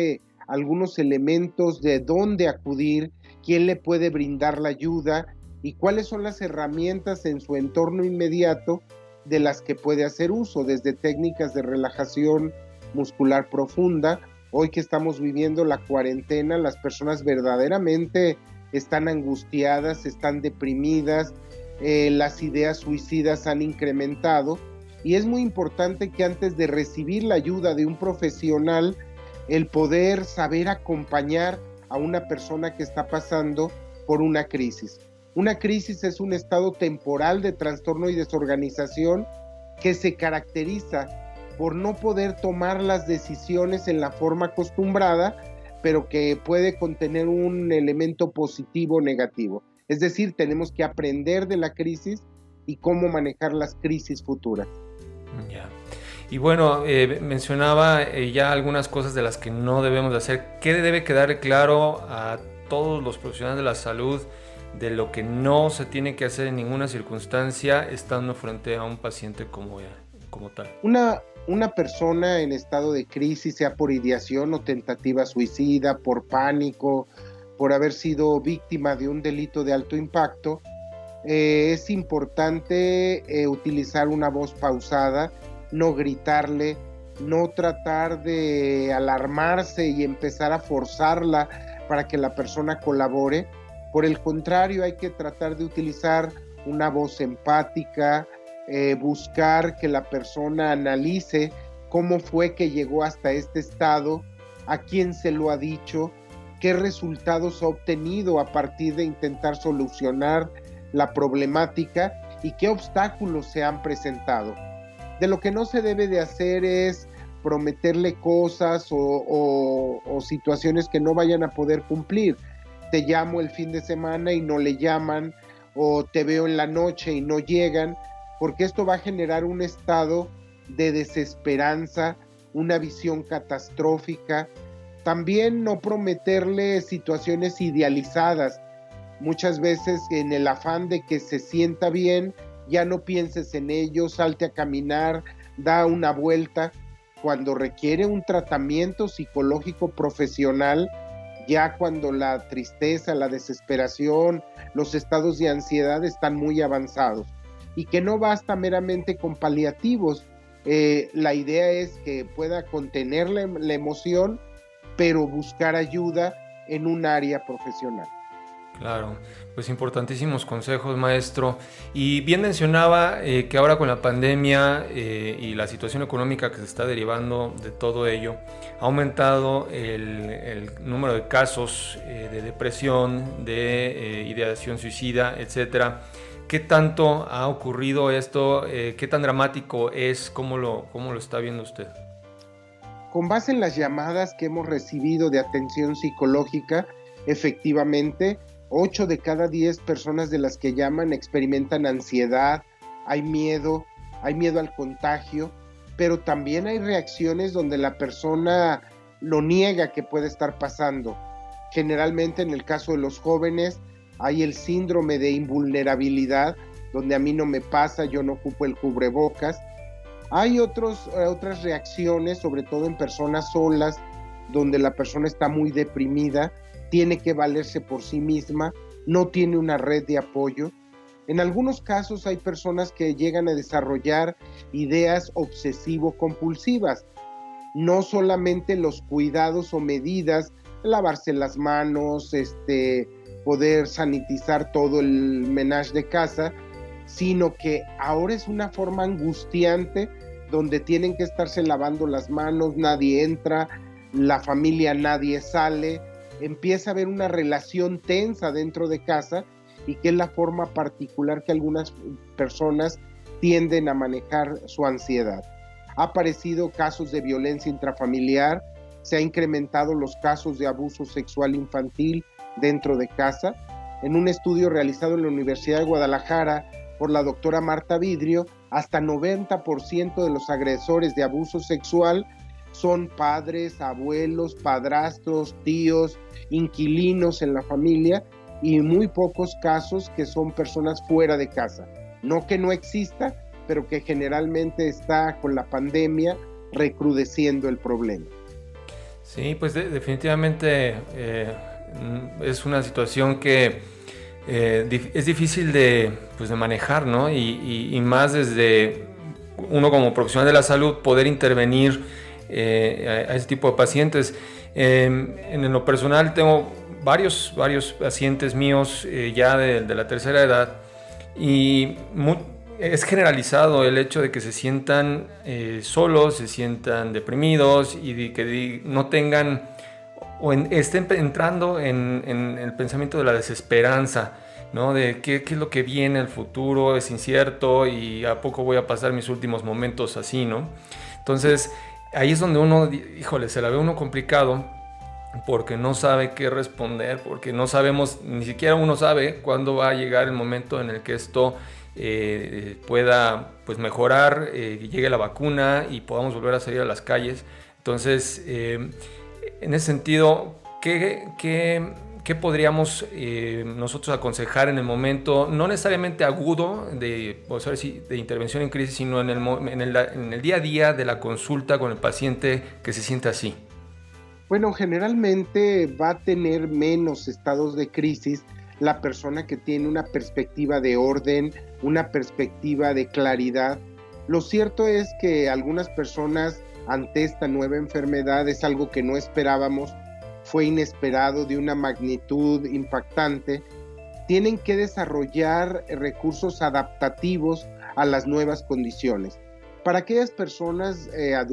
algunos elementos de dónde acudir, quién le puede brindar la ayuda y cuáles son las herramientas en su entorno inmediato de las que puede hacer uso, desde técnicas de relajación muscular profunda. Hoy que estamos viviendo la cuarentena, las personas verdaderamente están angustiadas, están deprimidas, las ideas suicidas han incrementado y es muy importante que antes de recibir la ayuda de un profesional, el poder saber acompañar a una persona que está pasando por una crisis. Una crisis es un estado temporal de trastorno y desorganización que se caracteriza por no poder tomar las decisiones en la forma acostumbrada, pero que puede contener un elemento positivo o negativo. Es decir, tenemos que aprender de la crisis y cómo manejar las crisis futuras. Ya. Y bueno, mencionaba ya algunas cosas de las que no debemos de hacer. ¿Qué debe quedar claro a todos los profesionales de la salud de lo que no se tiene que hacer en ninguna circunstancia estando frente a un paciente como tal? Una persona en estado de crisis, sea por ideación o tentativa suicida, por pánico, por haber sido víctima de un delito de alto impacto, es importante utilizar una voz pausada, no gritarle, no tratar de alarmarse y empezar a forzarla para que la persona colabore. Por el contrario, hay que tratar de utilizar una voz empática, buscar que la persona analice cómo fue que llegó hasta este estado, a quién se lo ha dicho, qué resultados ha obtenido a partir de intentar solucionar la problemática y qué obstáculos se han presentado. De lo que no se debe de hacer es prometerle cosas o situaciones que no vayan a poder cumplir. Te llamo el fin de semana y no le llaman, o te veo en la noche y no llegan, porque esto va a generar un estado de desesperanza, una visión catastrófica. También no prometerle situaciones idealizadas. Muchas veces en el afán de que se sienta bien, ya no pienses en ello, salte a caminar, da una vuelta. Cuando requiere un tratamiento psicológico profesional, ya cuando la tristeza, la desesperación, los estados de ansiedad están muy avanzados, y que no basta meramente con paliativos. La idea es que pueda contener la emoción, pero buscar ayuda en un área profesional. Claro, pues importantísimos consejos, maestro. Y bien mencionaba que ahora con la pandemia y la situación económica que se está derivando de todo ello, ha aumentado el número de casos de depresión, de ideación suicida, etcétera. ¿Qué tanto ha ocurrido esto? ¿Qué tan dramático es? ¿Cómo lo está viendo usted? Con base en las llamadas que hemos recibido de atención psicológica, efectivamente, 8 de cada 10 personas de las que llaman experimentan ansiedad, hay miedo al contagio, pero también hay reacciones donde la persona lo niega que puede estar pasando. Generalmente en el caso de los jóvenes hay el síndrome de invulnerabilidad, donde a mí no me pasa, yo no ocupo el cubrebocas. Hay otras reacciones, sobre todo en personas solas, donde la persona está muy deprimida, tiene que valerse por sí misma, no tiene una red de apoyo. En algunos casos hay personas que llegan a desarrollar ideas obsesivo-compulsivas. No solamente los cuidados o medidas, lavarse las manos, poder sanitizar todo el menage de casa, sino que ahora es una forma angustiante donde tienen que estarse lavando las manos, nadie entra, la familia nadie sale, empieza a haber una relación tensa dentro de casa, y que es la forma particular que algunas personas tienden a manejar su ansiedad. Ha aparecido casos de violencia intrafamiliar, se ha incrementado los casos de abuso sexual infantil dentro de casa. En un estudio realizado en la Universidad de Guadalajara por la doctora Marta Vidrio, hasta 90% de los agresores de abuso sexual son padres, abuelos, padrastros, tíos, inquilinos en la familia, y muy pocos casos que son personas fuera de casa. No que no exista, pero que generalmente está con la pandemia recrudeciendo el problema. Sí, pues definitivamente es una situación que es difícil de manejar, ¿no? Y más desde uno como profesional de la salud poder intervenir a ese tipo de pacientes. En lo personal tengo varios pacientes míos ya de la tercera edad y es generalizado el hecho de que se sientan solos, se sientan deprimidos y que no tengan o estén entrando en el pensamiento de la desesperanza, ¿no? De qué es lo que viene, el futuro es incierto y a poco voy a pasar mis últimos momentos así, ¿no? Entonces ahí es donde uno, híjole, se la ve uno complicado porque no sabe qué responder, porque no sabemos, ni siquiera uno sabe cuándo va a llegar el momento en el que esto pueda pues mejorar, llegue la vacuna y podamos volver a salir a las calles. Entonces, en ese sentido, ¿qué podríamos nosotros aconsejar en el momento, no necesariamente agudo de intervención en crisis, sino en el día a día de la consulta con el paciente que se siente así? Bueno, generalmente va a tener menos estados de crisis la persona que tiene una perspectiva de orden, una perspectiva de claridad. Lo cierto es que algunas personas ante esta nueva enfermedad es algo que no esperábamos, fue inesperado, de una magnitud impactante, tienen que desarrollar recursos adaptativos a las nuevas condiciones. Para aquellas personas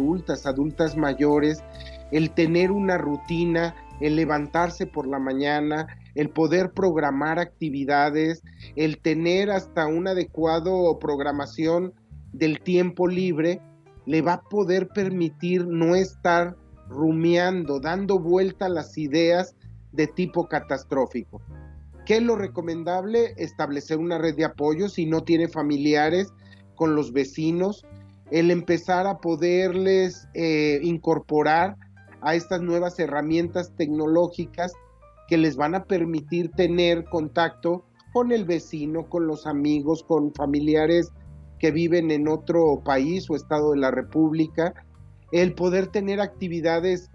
adultas mayores, el tener una rutina, el levantarse por la mañana, el poder programar actividades, el tener hasta una adecuada programación del tiempo libre, le va a poder permitir no estar rumiando, dando vuelta a las ideas de tipo catastrófico. ¿Qué es lo recomendable? Establecer una red de apoyo si no tiene familiares, con los vecinos, el empezar a poderles incorporar a estas nuevas herramientas tecnológicas que les van a permitir tener contacto con el vecino, con los amigos, con familiares que viven en otro país o estado de la República, el poder tener actividades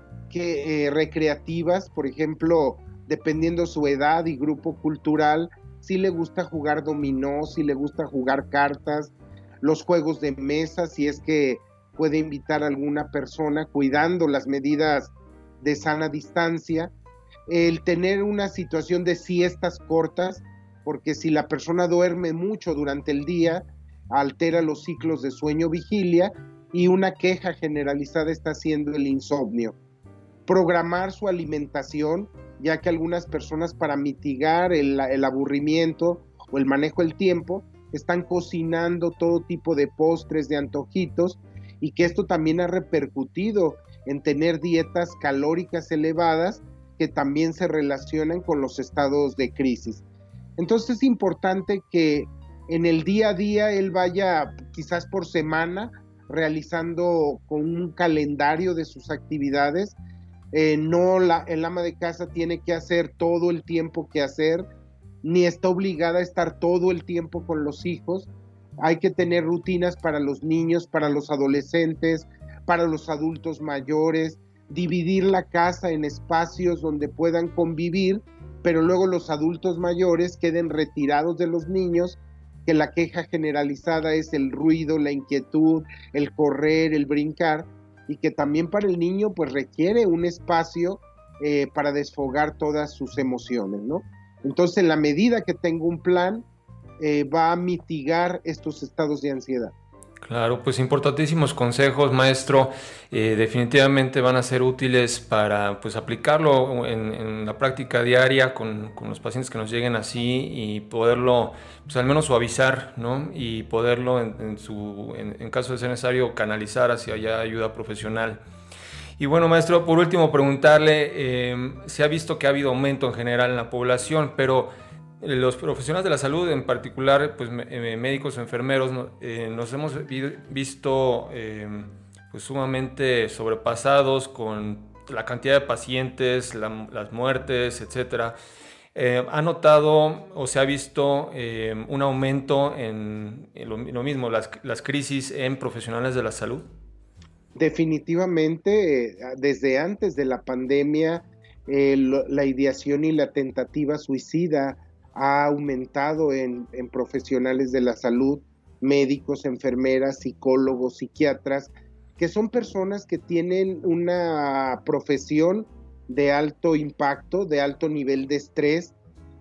recreativas, por ejemplo, dependiendo su edad y grupo cultural, si le gusta jugar dominó, si le gusta jugar cartas, los juegos de mesa, si es que puede invitar a alguna persona cuidando las medidas de sana distancia, el tener una situación de siestas cortas, porque si la persona duerme mucho durante el día, altera los ciclos de sueño-vigilia y una queja generalizada está siendo el insomnio. Programar su alimentación, ya que algunas personas para mitigar el aburrimiento o el manejo del tiempo están cocinando todo tipo de postres, de antojitos, y que esto también ha repercutido en tener dietas calóricas elevadas que también se relacionan con los estados de crisis. Entonces es importante que en el día a día él vaya quizás por semana realizando con un calendario de sus actividades. El ama de casa tiene que hacer todo el tiempo que hacer, ni está obligada a estar todo el tiempo con los hijos. Hay que tener rutinas para los niños, para los adolescentes, para los adultos mayores, dividir la casa en espacios donde puedan convivir, pero luego los adultos mayores queden retirados de los niños, que la queja generalizada es el ruido, la inquietud, el correr, el brincar, y que también para el niño pues requiere un espacio para desfogar todas sus emociones, ¿no? Entonces, en la medida que tengo un plan, va a mitigar estos estados de ansiedad. Claro, pues importantísimos consejos, maestro. Definitivamente van a ser útiles para pues aplicarlo en la práctica diaria con los pacientes que nos lleguen así y poderlo pues al menos suavizar, ¿no? Y poderlo en caso de ser necesario canalizar hacia allá ayuda profesional. Y bueno, maestro, por último preguntarle, se ha visto que ha habido aumento en general en la población, pero los profesionales de la salud, en particular pues médicos o enfermeros, nos hemos visto pues sumamente sobrepasados con la cantidad de pacientes, las muertes, etcétera. ¿Ha notado o se ha visto un aumento en lo mismo, las crisis en profesionales de la salud? Definitivamente, desde antes de la pandemia, la ideación y la tentativa suicida ha aumentado en profesionales de la salud, médicos, enfermeras, psicólogos, psiquiatras, que son personas que tienen una profesión de alto impacto, de alto nivel de estrés,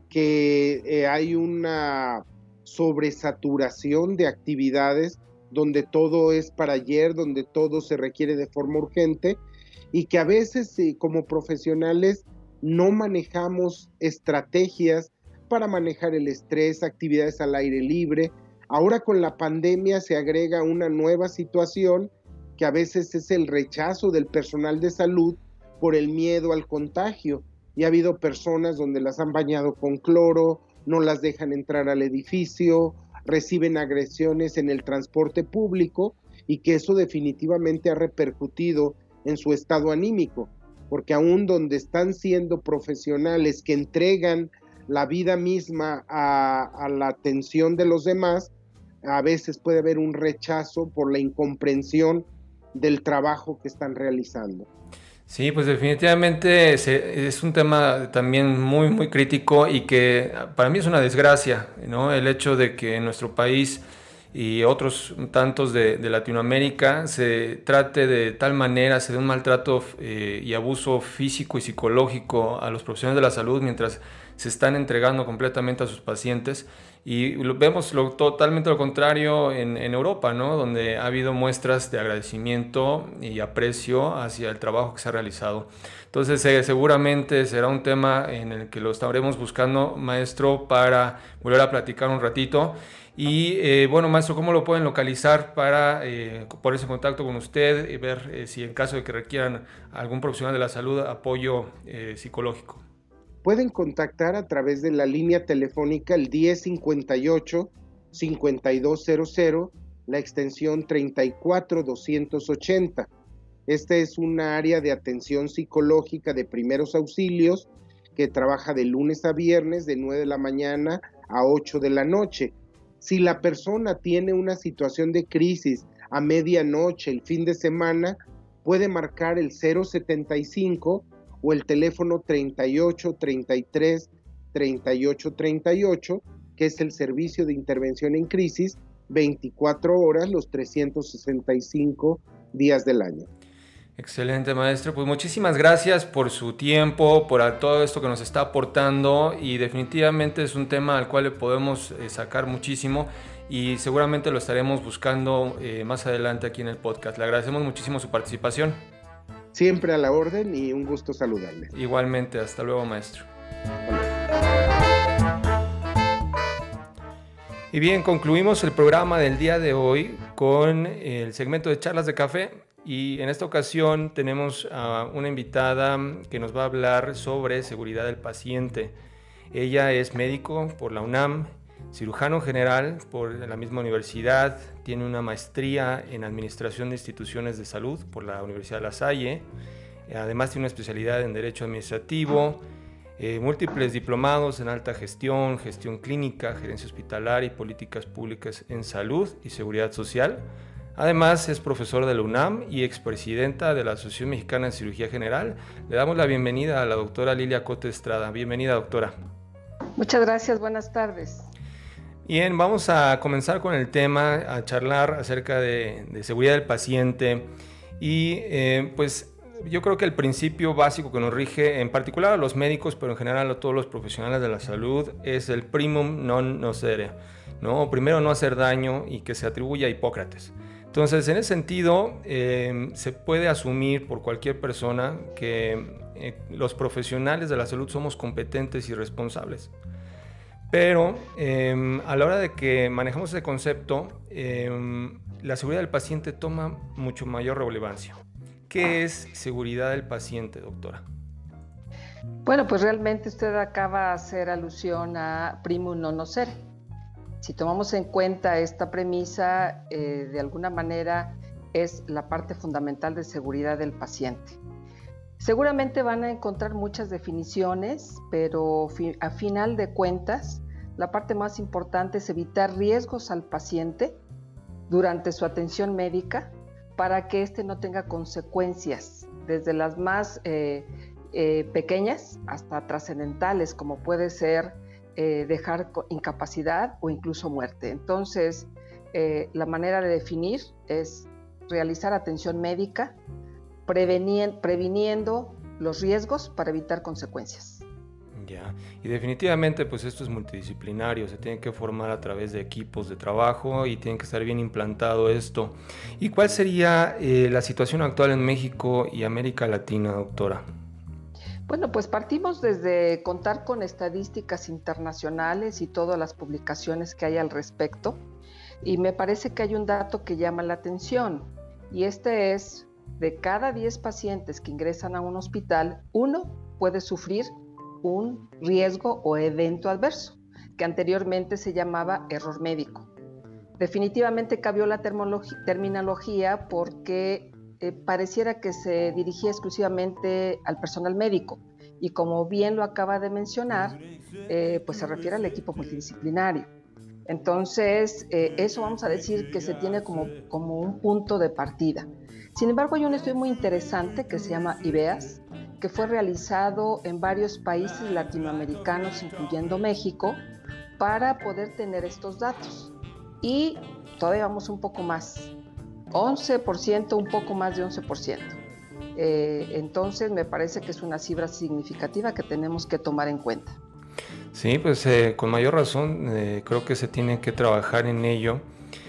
que hay una sobresaturación de actividades donde todo es para ayer, donde todo se requiere de forma urgente, y que a veces como profesionales no manejamos estrategias para manejar el estrés, actividades al aire libre. Ahora con la pandemia se agrega una nueva situación que a veces es el rechazo del personal de salud por el miedo al contagio, y ha habido personas donde las han bañado con cloro, no las dejan entrar al edificio, reciben agresiones en el transporte público, y que eso definitivamente ha repercutido en su estado anímico, porque aún donde están siendo profesionales que entregan la vida misma a la atención de los demás, a veces puede haber un rechazo por la incomprensión del trabajo que están realizando. Sí, pues definitivamente es un tema también muy, muy crítico y que para mí es una desgracia, ¿no? El hecho de que en nuestro país y otros tantos de Latinoamérica se trate de tal manera, se dé un maltrato y abuso físico y psicológico a los profesionales de la salud mientras se están entregando completamente a sus pacientes. Y vemos totalmente lo contrario en Europa, ¿no? Donde ha habido muestras de agradecimiento y aprecio hacia el trabajo que se ha realizado. Entonces seguramente será un tema en el que lo estaremos buscando, maestro, para volver a platicar un ratito. Y bueno, maestro, ¿cómo lo pueden localizar para ponerse en contacto con usted y ver si en caso de que requieran algún profesional de la salud apoyo psicológico? Pueden contactar a través de la línea telefónica el 1058-5200, la extensión 34280. Esta es una área de atención psicológica de primeros auxilios que trabaja de lunes a viernes de 9 de la mañana a 8 de la noche. Si la persona tiene una situación de crisis a medianoche, el fin de semana, puede marcar el 075 o el teléfono 3833-3838, que es el servicio de intervención en crisis, 24 horas, los 365 días del año. Excelente, maestro. Pues muchísimas gracias por su tiempo, por todo esto que nos está aportando, y definitivamente es un tema al cual le podemos sacar muchísimo y seguramente lo estaremos buscando más adelante aquí en el podcast. Le agradecemos muchísimo su participación. Siempre a la orden y un gusto saludarle. Igualmente, hasta luego, maestro. Y bien, concluimos el programa del día de hoy con el segmento de charlas de café, y en esta ocasión tenemos a una invitada que nos va a hablar sobre seguridad del paciente. Ella es médico por la UNAM, cirujano general por la misma universidad, tiene una maestría en administración de instituciones de salud por la Universidad de La Salle, además tiene una especialidad en derecho administrativo, múltiples diplomados en alta gestión, gestión clínica, gerencia hospitalaria y políticas públicas en salud y seguridad social. Además es profesor de la UNAM y expresidenta de la Asociación Mexicana de Cirugía General. Le damos la bienvenida a la doctora Lilia Cote Estrada. Bienvenida, doctora. Muchas gracias, buenas tardes. Bien, vamos a comenzar con el tema, a charlar acerca de seguridad del paciente, y pues yo creo que el principio básico que nos rige, en particular a los médicos, pero en general a todos los profesionales de la salud, es el primum non nocere, ¿no? Primero, no hacer daño, y que se atribuye a Hipócrates. Entonces, en ese sentido, se puede asumir por cualquier persona que los profesionales de la salud somos competentes y responsables. Pero a la hora de que manejamos ese concepto, la seguridad del paciente toma mucho mayor relevancia. ¿Qué es seguridad del paciente, doctora? Bueno, pues realmente usted acaba de hacer alusión a primum non nocere. Si tomamos en cuenta esta premisa, de alguna manera es la parte fundamental de seguridad del paciente. Seguramente van a encontrar muchas definiciones, pero a final de cuentas, la parte más importante es evitar riesgos al paciente durante su atención médica, para que este no tenga consecuencias, desde las más pequeñas hasta trascendentales, como puede ser dejar incapacidad o incluso muerte. Entonces, la manera de definir es realizar atención médica, previniendo los riesgos para evitar consecuencias. Ya, y definitivamente pues esto es multidisciplinario, se tiene que formar a través de equipos de trabajo y tiene que estar bien implantado esto. ¿Y cuál sería la situación actual en México y América Latina, doctora? Bueno, pues partimos desde contar con estadísticas internacionales y todas las publicaciones que hay al respecto, y me parece que hay un dato que llama la atención, y este es: de cada 10 pacientes que ingresan a un hospital, 1 puede sufrir un riesgo o evento adverso, que anteriormente se llamaba error médico. Definitivamente cambió la terminología porque pareciera que se dirigía exclusivamente al personal médico, y como bien lo acaba de mencionar, pues se refiere al equipo multidisciplinario. Entonces, eso vamos a decir que se tiene como un punto de partida. Sin embargo, hay un estudio muy interesante que se llama IBEAS, que fue realizado en varios países latinoamericanos, incluyendo México, para poder tener estos datos. Y todavía vamos un poco más, 11%, un poco más de 11%. Entonces, me parece que es una cifra significativa que tenemos que tomar en cuenta. Sí, pues con mayor razón creo que se tiene que trabajar en ello.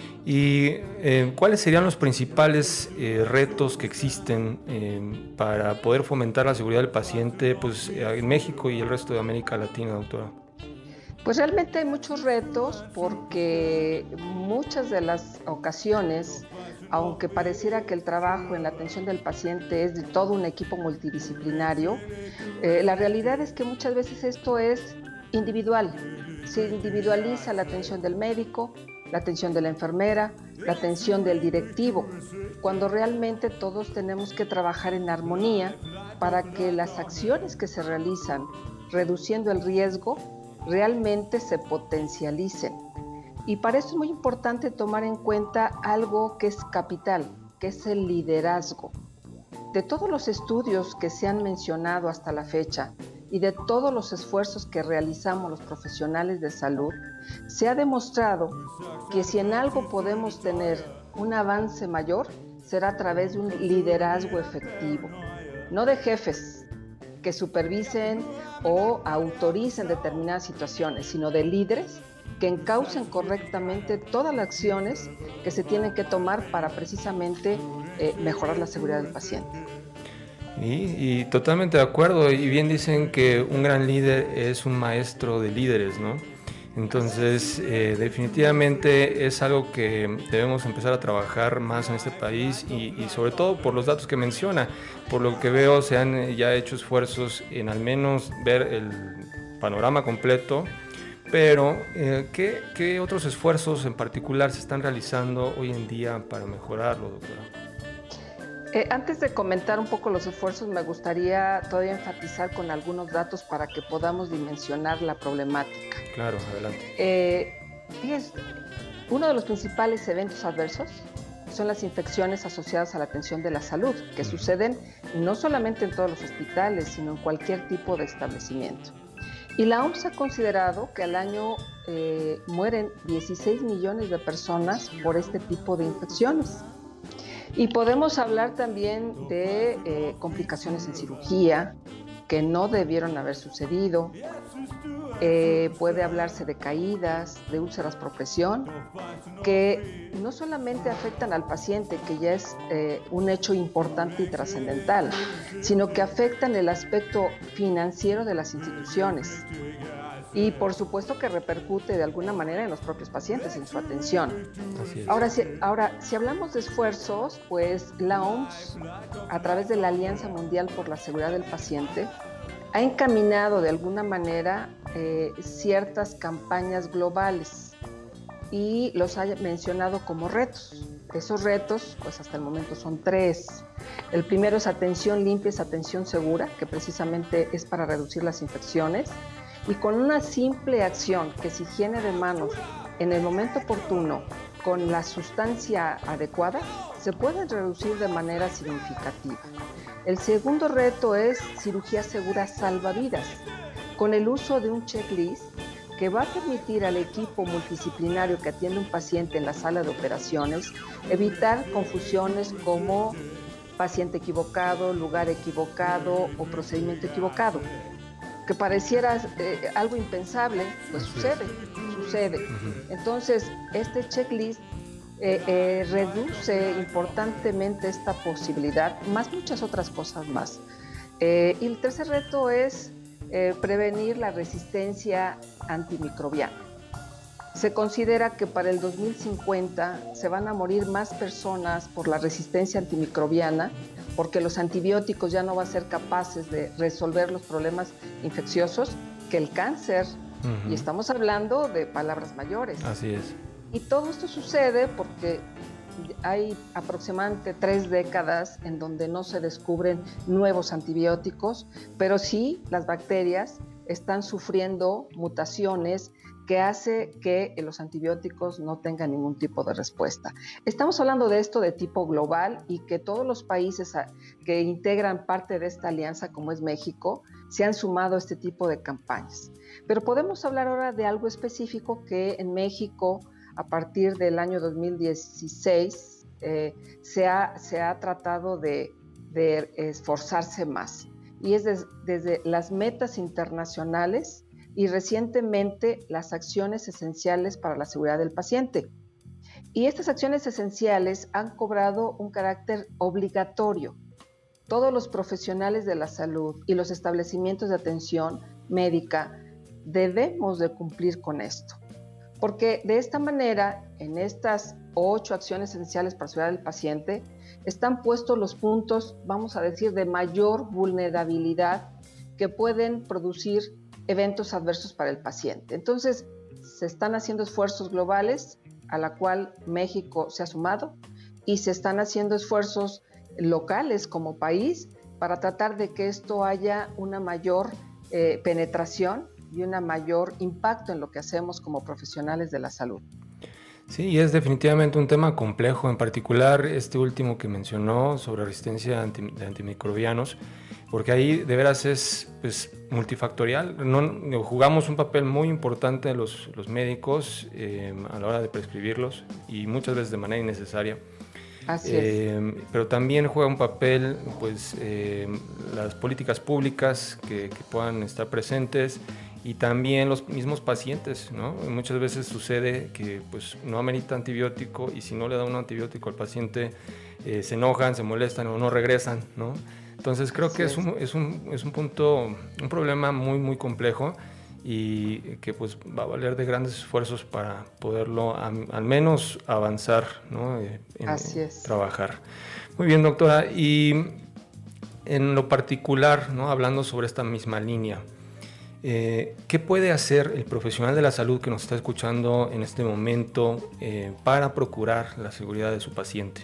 ¿Y cuáles serían los principales retos que existen para poder fomentar la seguridad del paciente pues, en México y el resto de América Latina, doctora? Pues realmente hay muchos retos, porque muchas de las ocasiones, aunque pareciera que el trabajo en la atención del paciente es de todo un equipo multidisciplinario, la realidad es que muchas veces esto es individual. Se individualiza la atención del médico, la atención de la enfermera, la atención del directivo, cuando realmente todos tenemos que trabajar en armonía para que las acciones que se realizan reduciendo el riesgo realmente se potencialicen. Y para eso es muy importante tomar en cuenta algo que es capital, que es el liderazgo. De todos los estudios que se han mencionado hasta la fecha y de todos los esfuerzos que realizamos los profesionales de salud, se ha demostrado que si en algo podemos tener un avance mayor, será a través de un liderazgo efectivo, no de jefes que supervisen o autoricen determinadas situaciones, sino de líderes que encaucen correctamente todas las acciones que se tienen que tomar para precisamente mejorar la seguridad del paciente. Y totalmente de acuerdo, y bien dicen que un gran líder es un maestro de líderes, ¿no? Entonces, definitivamente es algo que debemos empezar a trabajar más en este país y sobre todo por los datos que menciona. Por lo que veo, se han ya hecho esfuerzos en al menos ver el panorama completo, pero ¿qué otros esfuerzos en particular se están realizando hoy en día para mejorarlo, doctora? Antes de comentar un poco los esfuerzos, me gustaría todavía enfatizar con algunos datos para que podamos dimensionar la problemática. Claro, adelante. Uno de los principales eventos adversos son las infecciones asociadas a la atención de la salud, que suceden no solamente en todos los hospitales, sino en cualquier tipo de establecimiento. Y la OMS ha considerado que al año mueren 16 millones de personas por este tipo de infecciones. Y podemos hablar también de complicaciones en cirugía que no debieron haber sucedido. Puede hablarse de caídas, de úlceras por presión, que no solamente afectan al paciente, que ya es un hecho importante y trascendental, sino que afectan el aspecto financiero de las instituciones. Y por supuesto que repercute de alguna manera en los propios pacientes, en su atención. Así es. Ahora, si hablamos de esfuerzos, pues la OMS, a través de la Alianza Mundial por la Seguridad del Paciente, ha encaminado de alguna manera ciertas campañas globales y los ha mencionado como retos. Esos retos, pues hasta el momento son 3. El primero es atención limpia, es atención segura, que precisamente es para reducir las infecciones. Y con una simple acción, que es higiene de manos en el momento oportuno, con la sustancia adecuada, se pueden reducir de manera significativa. El segundo reto es cirugía segura salvavidas, con el uso de un checklist que va a permitir al equipo multidisciplinario que atiende un paciente en la sala de operaciones evitar confusiones como paciente equivocado, lugar equivocado o procedimiento equivocado. Que pareciera algo impensable, pues sucede. Entonces, este checklist reduce importantemente esta posibilidad, más muchas otras cosas más. Y el tercer reto es prevenir la resistencia antimicrobiana. Se considera que para el 2050 se van a morir más personas por la resistencia antimicrobiana, porque los antibióticos ya no van a ser capaces de resolver los problemas infecciosos, que el cáncer. Y estamos hablando de palabras mayores. Así es. Y todo esto sucede porque hay aproximadamente 3 décadas en donde no se descubren nuevos antibióticos, pero sí las bacterias están sufriendo mutaciones que hace que los antibióticos no tengan ningún tipo de respuesta. Estamos hablando de esto de tipo global y que todos los países que integran parte de esta alianza, como es México, se han sumado a este tipo de campañas. Pero podemos hablar ahora de algo específico que en México, a partir del año 2016, se ha tratado de esforzarse más. Y es desde las metas internacionales y recientemente las acciones esenciales para la seguridad del paciente. Y estas acciones esenciales han cobrado un carácter obligatorio. Todos los profesionales de la salud y los establecimientos de atención médica debemos de cumplir con esto. Porque de esta manera, en estas 8 acciones esenciales para la seguridad del paciente, están puestos los puntos, vamos a decir, de mayor vulnerabilidad que pueden producir eventos adversos para el paciente. Entonces, se están haciendo esfuerzos globales a la cual México se ha sumado y se están haciendo esfuerzos locales como país para tratar de que esto haya una mayor penetración y un mayor impacto en lo que hacemos como profesionales de la salud. Sí, y es definitivamente un tema complejo, en particular este último que mencionó sobre resistencia de antimicrobianos, porque ahí de veras es multifactorial. Jugamos un papel muy importante los médicos a la hora de prescribirlos y muchas veces de manera innecesaria. Así es. Pero también juega un papel las políticas públicas que puedan estar presentes y también los mismos pacientes, ¿no? Muchas veces sucede que no amerita antibiótico y si no le da un antibiótico al paciente se enojan, se molestan o no regresan, ¿no? Entonces creo que es un problema muy, muy complejo y que va a valer de grandes esfuerzos para poderlo al menos avanzar, ¿no? Así es. Trabajar. Muy bien, doctora. Y en lo particular, ¿no? Hablando sobre esta misma línea, ¿qué puede hacer el profesional de la salud que nos está escuchando en este momento para procurar la seguridad de su paciente?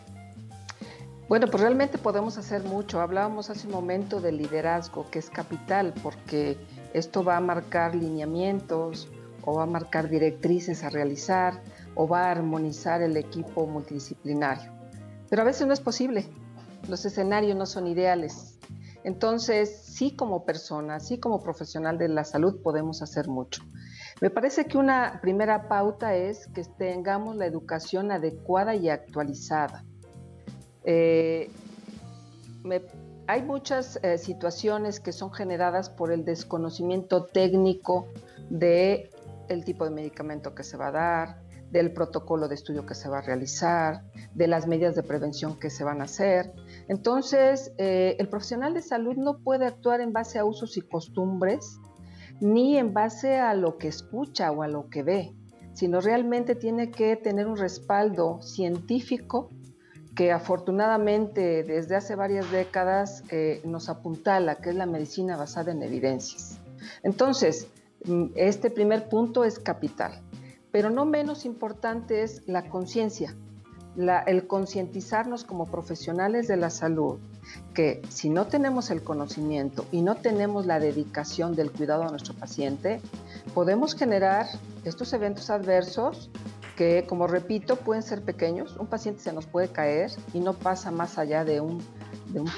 Bueno, pues realmente podemos hacer mucho. Hablábamos hace un momento del liderazgo, que es capital, porque esto va a marcar lineamientos o va a marcar directrices a realizar o va a armonizar el equipo multidisciplinario. Pero a veces no es posible. Los escenarios no son ideales. Entonces, sí como persona, sí como profesional de la salud podemos hacer mucho. Me parece que una primera pauta es que tengamos la educación adecuada y actualizada. Hay muchas situaciones que son generadas por el desconocimiento técnico del tipo de medicamento que se va a dar, del protocolo de estudio que se va a realizar, de las medidas de prevención que se van a hacer. Entonces, el profesional de salud no puede actuar en base a usos y costumbres, ni en base a lo que escucha o a lo que ve, sino realmente tiene que tener un respaldo científico que afortunadamente desde hace varias décadas nos apuntala, que es la medicina basada en evidencias. Entonces, este primer punto es capital, pero no menos importante es la conciencia, el concientizarnos como profesionales de la salud, que si no tenemos el conocimiento y no tenemos la dedicación del cuidado a nuestro paciente, podemos generar estos eventos adversos que, como repito, pueden ser pequeños. Un paciente se nos puede caer y no pasa más allá de una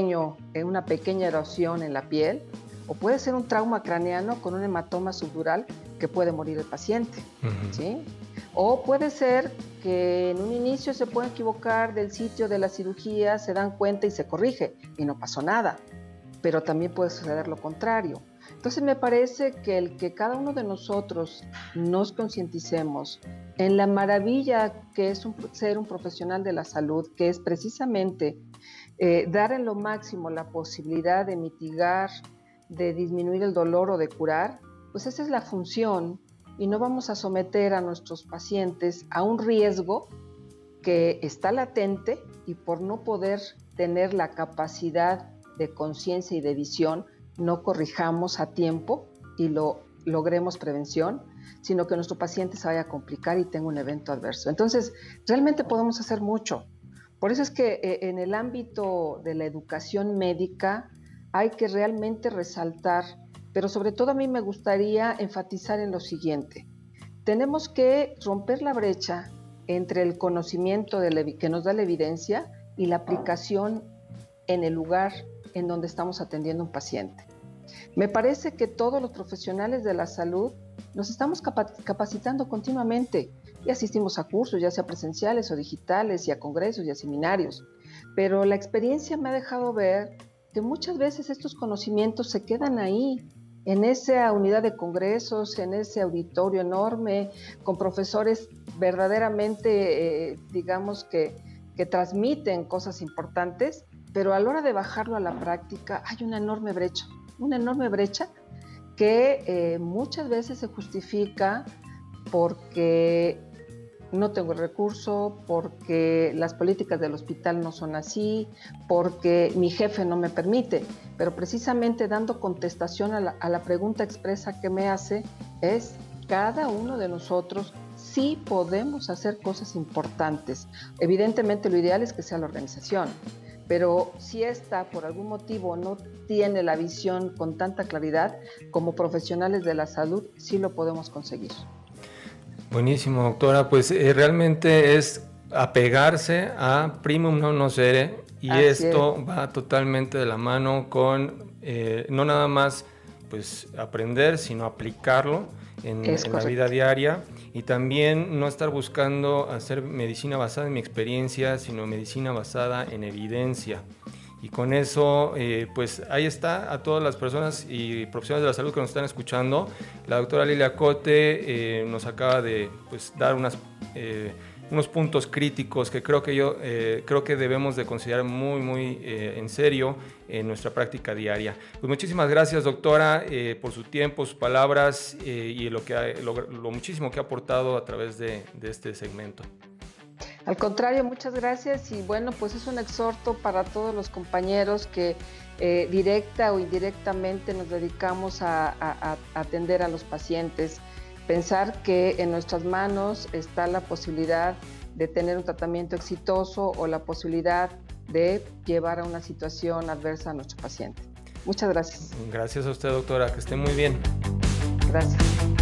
pequeña erosión en la piel, o puede ser un trauma craneano con un hematoma subdural que puede morir el paciente, ¿sí? O puede ser que en un inicio se pueden equivocar del sitio de la cirugía, se dan cuenta y se corrige y no pasó nada, pero también puede suceder lo contrario. Entonces me parece que el que cada uno de nosotros nos concienticemos en la maravilla que es ser un profesional de la salud, que es precisamente dar en lo máximo la posibilidad de mitigar, de disminuir el dolor o de curar, pues esa es la función, y no vamos a someter a nuestros pacientes a un riesgo que está latente, y por no poder tener la capacidad de conciencia y de visión, no corrijamos a tiempo y logremos prevención, sino que nuestro paciente se vaya a complicar y tenga un evento adverso. Entonces, realmente podemos hacer mucho. Por eso es que en el ámbito de la educación médica hay que realmente resaltar, pero sobre todo a mí me gustaría enfatizar en lo siguiente. Tenemos que romper la brecha entre el conocimiento que nos da la evidencia y la aplicación en el lugar en donde estamos atendiendo a un paciente. Me parece que todos los profesionales de la salud nos estamos capacitando continuamente y asistimos a cursos, ya sea presenciales o digitales, y a congresos y a seminarios, pero la experiencia me ha dejado ver que muchas veces estos conocimientos se quedan ahí, en esa unidad de congresos, en ese auditorio enorme, con profesores verdaderamente, digamos que transmiten cosas importantes, pero a la hora de bajarlo a la práctica hay una enorme brecha que muchas veces se justifica porque no tengo el recurso, porque las políticas del hospital no son así, porque mi jefe no me permite. Pero precisamente dando contestación a la pregunta expresa que me hace es: cada uno de nosotros sí podemos hacer cosas importantes. Evidentemente lo ideal es que sea la organización, pero si esta por algún motivo no tiene la visión con tanta claridad, como profesionales de la salud sí lo podemos conseguir. Buenísimo, doctora. Pues realmente es apegarse a primum non nocere, y así esto va totalmente de la mano con no nada más pues aprender, sino aplicarlo en la vida diaria, y también no estar buscando hacer medicina basada en mi experiencia, sino medicina basada en evidencia. Y con eso, pues ahí está, a todas las personas y profesionales de la salud que nos están escuchando. La doctora Lilia Cote nos acaba de dar unos puntos críticos que creo que debemos de considerar muy en serio en nuestra práctica diaria. Pues muchísimas gracias, doctora, por su tiempo, sus palabras y lo muchísimo que ha aportado a través de este segmento. Al contrario, muchas gracias, y bueno, pues es un exhorto para todos los compañeros que directa o indirectamente nos dedicamos a atender a los pacientes. Pensar que en nuestras manos está la posibilidad de tener un tratamiento exitoso o la posibilidad de llevar a una situación adversa a nuestro paciente. Muchas gracias. Gracias a usted, doctora, que esté muy bien. Gracias.